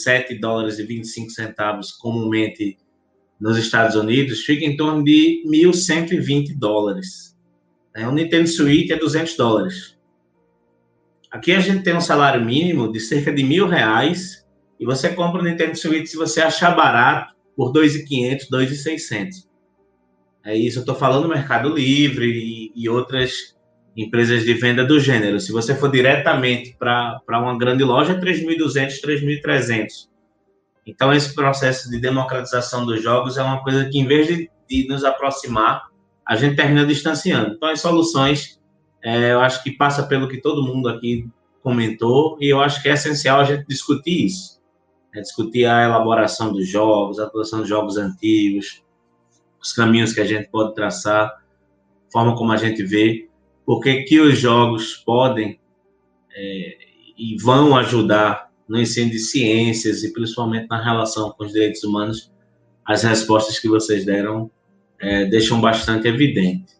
$7,25 comumente nos Estados Unidos, fica em torno de $1.120. O Nintendo Switch é $200. Aqui a gente tem um salário mínimo de cerca de R$1.000, e você compra o Nintendo Switch, se você achar barato, por R$2.500, R$2.600. Isso eu estou falando do Mercado Livre e outras empresas de venda do gênero. Se você for diretamente para uma grande loja, R$3.200, R$3.300. Então, esse processo de democratização dos jogos é uma coisa que, em vez de nos aproximar, a gente termina distanciando. Então, as soluções, eu acho que passa pelo que todo mundo aqui comentou, e eu acho que é essencial a gente discutir isso. Discutir a elaboração dos jogos, a atuação dos jogos antigos, os caminhos que a gente pode traçar, a forma como a gente vê, porque que os jogos podem e vão ajudar no ensino de ciências e principalmente na relação com os direitos humanos. As respostas que vocês deram deixam bastante evidente.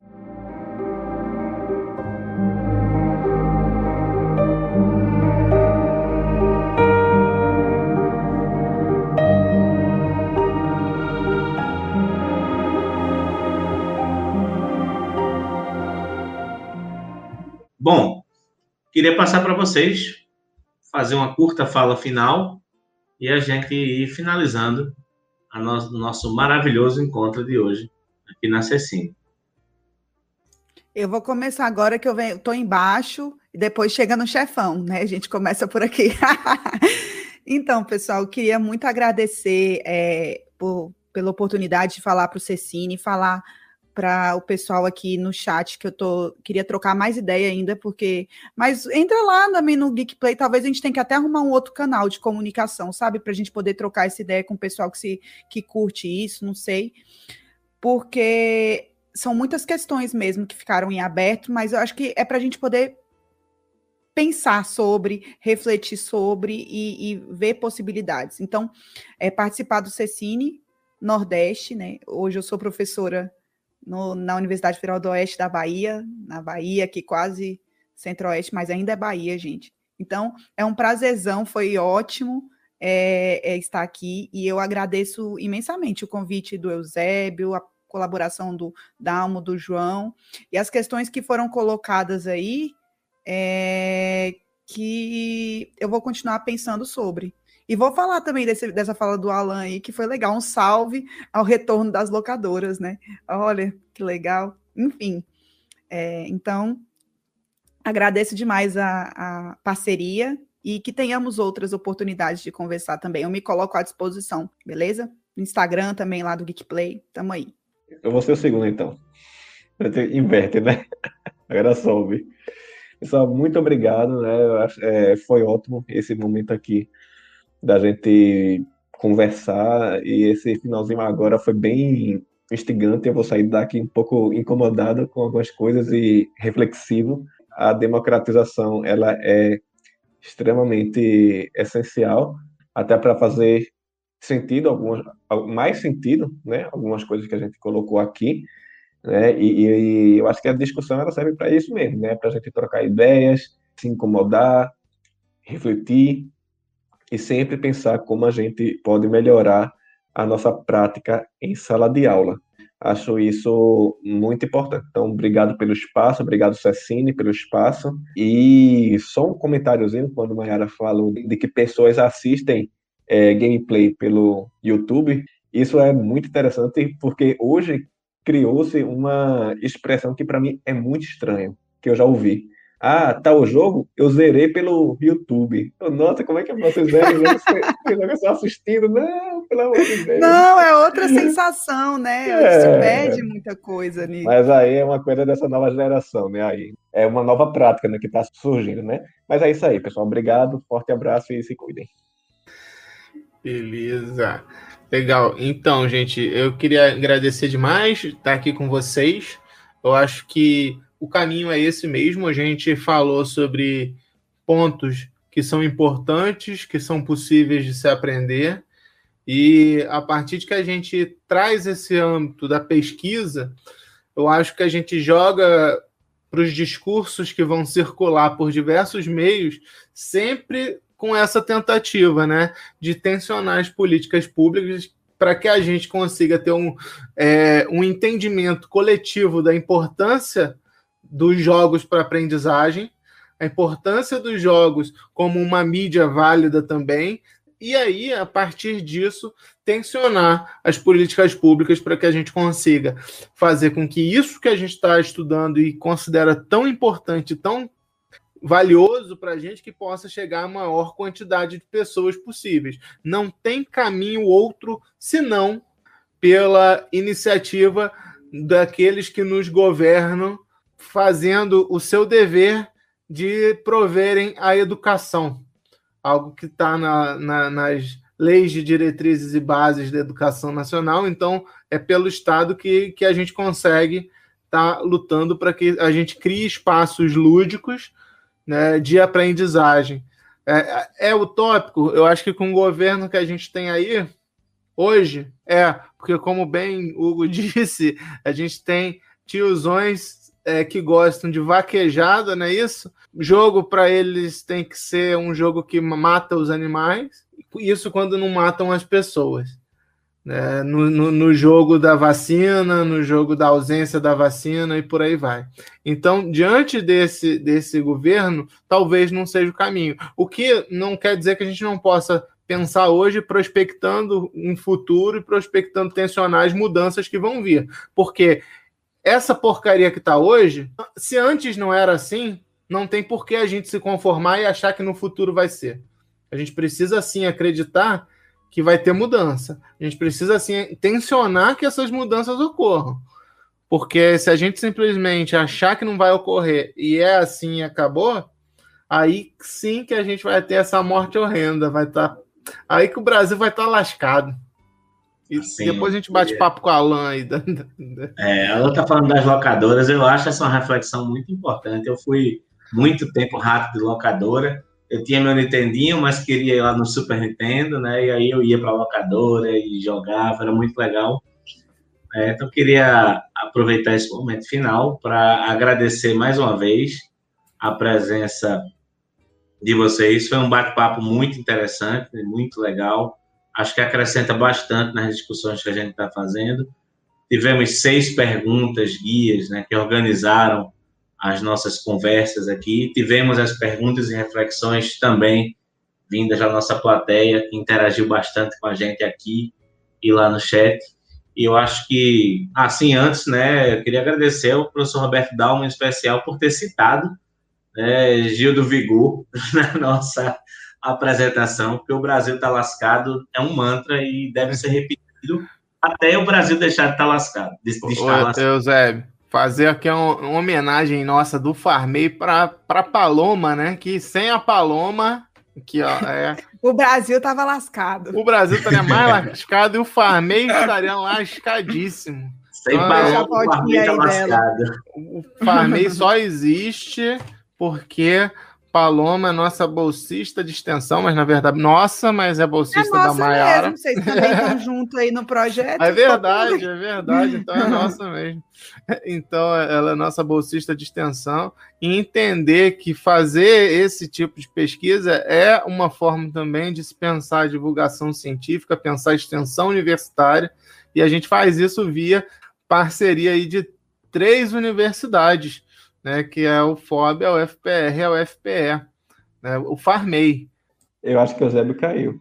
Bom, queria passar para vocês, fazer uma curta fala final e a gente ir finalizando o nosso maravilhoso encontro de hoje aqui na CECINI. Eu vou começar agora que eu estou embaixo e depois chega no chefão, né? A gente começa por aqui. Então, pessoal, eu queria muito agradecer pela oportunidade de falar para o CECINI, falar para o pessoal aqui no chat, que queria trocar mais ideia ainda, mas entra lá também no Geek Play, talvez a gente tenha que até arrumar um outro canal de comunicação, sabe? Para a gente poder trocar essa ideia com o pessoal que curte isso, não sei, porque são muitas questões mesmo que ficaram em aberto, mas eu acho que é para a gente poder pensar sobre, refletir sobre e ver possibilidades. Então, participar do CECINI Nordeste, né? Hoje eu sou professora na Universidade Federal do Oeste da Bahia, na Bahia, aqui quase centro-oeste, mas ainda é Bahia, gente. Então, é um prazerzão, foi ótimo estar aqui, e eu agradeço imensamente o convite do Eusébio, a colaboração do Dalmo, do João, e as questões que foram colocadas aí, que eu vou continuar pensando sobre. E vou falar também dessa fala do Alan aí, que foi legal, um salve ao retorno das locadoras, né? Olha, que legal. Enfim, então, agradeço demais a parceria e que tenhamos outras oportunidades de conversar também. Eu me coloco à disposição, beleza? No Instagram também, lá do Geek Play, tamo aí. Eu vou ser o segundo, então. Inverte, né? Agora sobe. Pessoal, muito obrigado, né? Foi ótimo esse momento aqui da gente conversar, e esse finalzinho agora foi bem instigante. Eu vou sair daqui um pouco incomodado com algumas coisas e reflexivo. A democratização, ela é extremamente essencial, até para fazer sentido, mais sentido, né? Algumas coisas que a gente colocou aqui, né? E eu acho que a discussão ela serve para isso mesmo, né? Para a gente trocar ideias, se incomodar, refletir e sempre pensar como a gente pode melhorar a nossa prática em sala de aula. Acho isso muito importante. Então, obrigado pelo espaço, obrigado, CECINI, pelo espaço. E só um comentáriozinho, quando a Mayara falou de que pessoas assistem gameplay pelo YouTube, isso é muito interessante, porque hoje criou-se uma expressão que para mim é muito estranha, que eu já ouvi. Ah, tal jogo, eu zerei pelo YouTube. Nossa, como é que vocês zeram? Você só assistindo? Não, pelo amor de Deus. Não, é outra sensação, né? Se perde muita coisa nisso. Mas aí é uma coisa dessa nova geração, né? Aí é uma nova prática, né, que está surgindo, né? Mas é isso aí, pessoal. Obrigado, forte abraço e se cuidem. Beleza. Legal. Então, gente, eu queria agradecer demais estar aqui com vocês. Eu acho que o caminho é esse mesmo. A gente falou sobre pontos que são importantes, que são possíveis de se aprender, e a partir de que a gente traz esse âmbito da pesquisa, eu acho que a gente joga para os discursos que vão circular por diversos meios, sempre com essa tentativa, né, de tensionar as políticas públicas para que a gente consiga ter um entendimento coletivo da importância dos jogos para aprendizagem, a importância dos jogos como uma mídia válida também, e aí, a partir disso, tensionar as políticas públicas para que a gente consiga fazer com que isso que a gente está estudando e considera tão importante, tão valioso para a gente que possa chegar a maior quantidade de pessoas possíveis. Não tem caminho outro senão pela iniciativa daqueles que nos governam, fazendo o seu dever de proverem a educação, algo que está nas leis de diretrizes e bases da educação nacional. Então, é pelo Estado que a gente consegue estar lutando para que a gente crie espaços lúdicos, né, de aprendizagem. É utópico? Eu acho que com o governo que a gente tem aí, hoje, porque como bem Hugo disse, a gente tem tiozões que gostam de vaquejada, não é isso? Jogo para eles tem que ser um jogo que mata os animais, isso quando não matam as pessoas. Né? No jogo da vacina, no jogo da ausência da vacina e por aí vai. Então, diante desse governo, talvez não seja o caminho. O que não quer dizer que a gente não possa pensar hoje prospectando um futuro e prospectando tensionar as mudanças que vão vir. Porque essa porcaria que está hoje, se antes não era assim, não tem por que a gente se conformar e achar que no futuro vai ser. A gente precisa, sim, acreditar que vai ter mudança. A gente precisa, sim, tensionar que essas mudanças ocorram. Porque se a gente simplesmente achar que não vai ocorrer e é assim e acabou, aí sim que a gente vai ter essa morte horrenda. Aí que o Brasil vai estar lascado. E sim, depois a gente bate papo com a Alan aí. Ela está falando das locadoras, eu acho essa uma reflexão muito importante. Eu fui muito tempo rato de locadora. Eu tinha meu Nintendinho, mas queria ir lá no Super Nintendo, né? E aí eu ia para a locadora e jogava, era muito legal. Então, eu queria aproveitar esse momento final para agradecer mais uma vez a presença de vocês. Foi um bate-papo muito interessante, muito legal. Acho que acrescenta bastante nas discussões que a gente está fazendo. Tivemos 6 perguntas guias, né, que organizaram as nossas conversas aqui. Tivemos as perguntas e reflexões também vindas da nossa plateia, que interagiu bastante com a gente aqui e lá no chat. E eu acho que, assim, antes, né, eu queria agradecer ao professor Roberto Dalman, em especial, por ter citado, né, Gil do Vigor na nossa apresentação, porque o Brasil está lascado é um mantra e deve ser repetido até o Brasil deixar de estar lascado. Eusébio, fazer aqui uma homenagem nossa do Farmei para Paloma, né? Que sem a Paloma, que ó, o Brasil estava lascado. O Brasil estaria mais lascado e o Farmei estaria lascadíssimo. Sem Paloma, o Farmei está lascado. O Farmei só existe porque Paloma é nossa bolsista de extensão, mas na verdade, mas é bolsista da Maiara. Mesmo, vocês também estão juntos aí no projeto. É verdade, então é nossa mesmo. Então, ela é nossa bolsista de extensão, e entender que fazer esse tipo de pesquisa é uma forma também de se pensar a divulgação científica, pensar a extensão universitária, e a gente faz isso via parceria aí de 3 universidades, né, que é o FOB, a UFPR e a UFPE, né, o Farmei. Eu acho que o Eusébio caiu.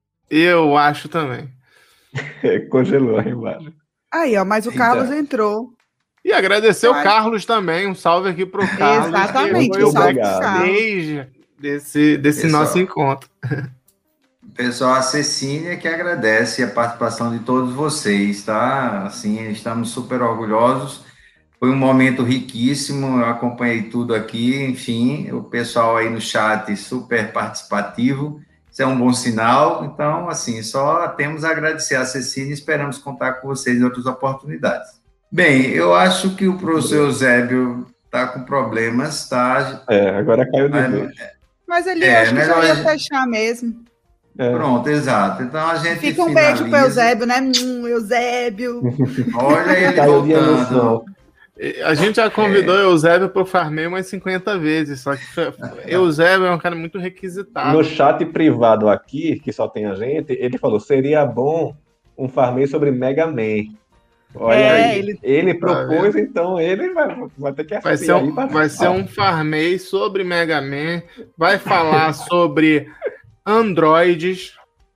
Eu acho também. Congelou aí embaixo. Aí, ó, mas o Carlos entrou. E agradecer o Carlos também, um salve aqui para o Carlos. Exatamente, um salve pro Carlos. Desse nosso encontro. Pessoal, a Cecília que agradece a participação de todos vocês, tá? Assim, estamos super orgulhosos. Foi um momento riquíssimo, eu acompanhei tudo aqui, enfim, o pessoal aí no chat super participativo, isso é um bom sinal. Então, assim, só temos a agradecer a Cecília e esperamos contar com vocês em outras oportunidades. Bem, eu acho que o professor Eusébio está com problemas, tá? Agora caiu de vez. Mas ali eu acho que já ia fechar mesmo. Pronto, exato. Então a gente fica um beijo para o Eusébio, né? Eusébio. Olha ele voltando. A gente já convidou Eusébio para o Farmei umas 50 vezes, só que Eusébio é um cara muito requisitado. No chat privado aqui, que só tem a gente, ele falou, seria bom um Farmei sobre Mega Man. Olha aí, ele propôs, então ele vai ter que assistir. Vai ser um Farmei sobre Mega Man, vai falar sobre androides,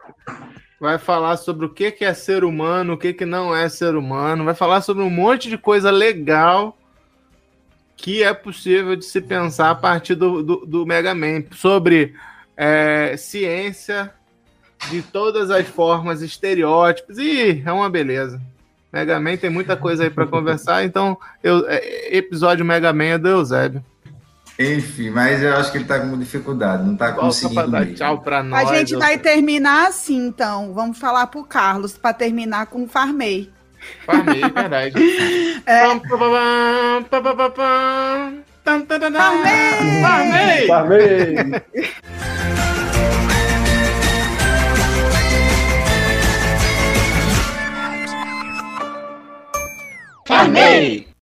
vai falar sobre o que é ser humano, o que não é ser humano, vai falar sobre um monte de coisa legal que é possível de se pensar a partir do Mega Man, sobre ciência de todas as formas, estereótipos, e é uma beleza. Mega Man tem muita coisa aí para conversar, então episódio Mega Man é do Eusébio. Enfim, mas eu acho que ele tá com dificuldade, não tá conseguindo dar mesmo. tchau para nós. A gente vai terminar assim, então. Vamos falar pro Carlos para terminar com o Farmei. Farmei, verdade. Farmei! Farmei! Farmei!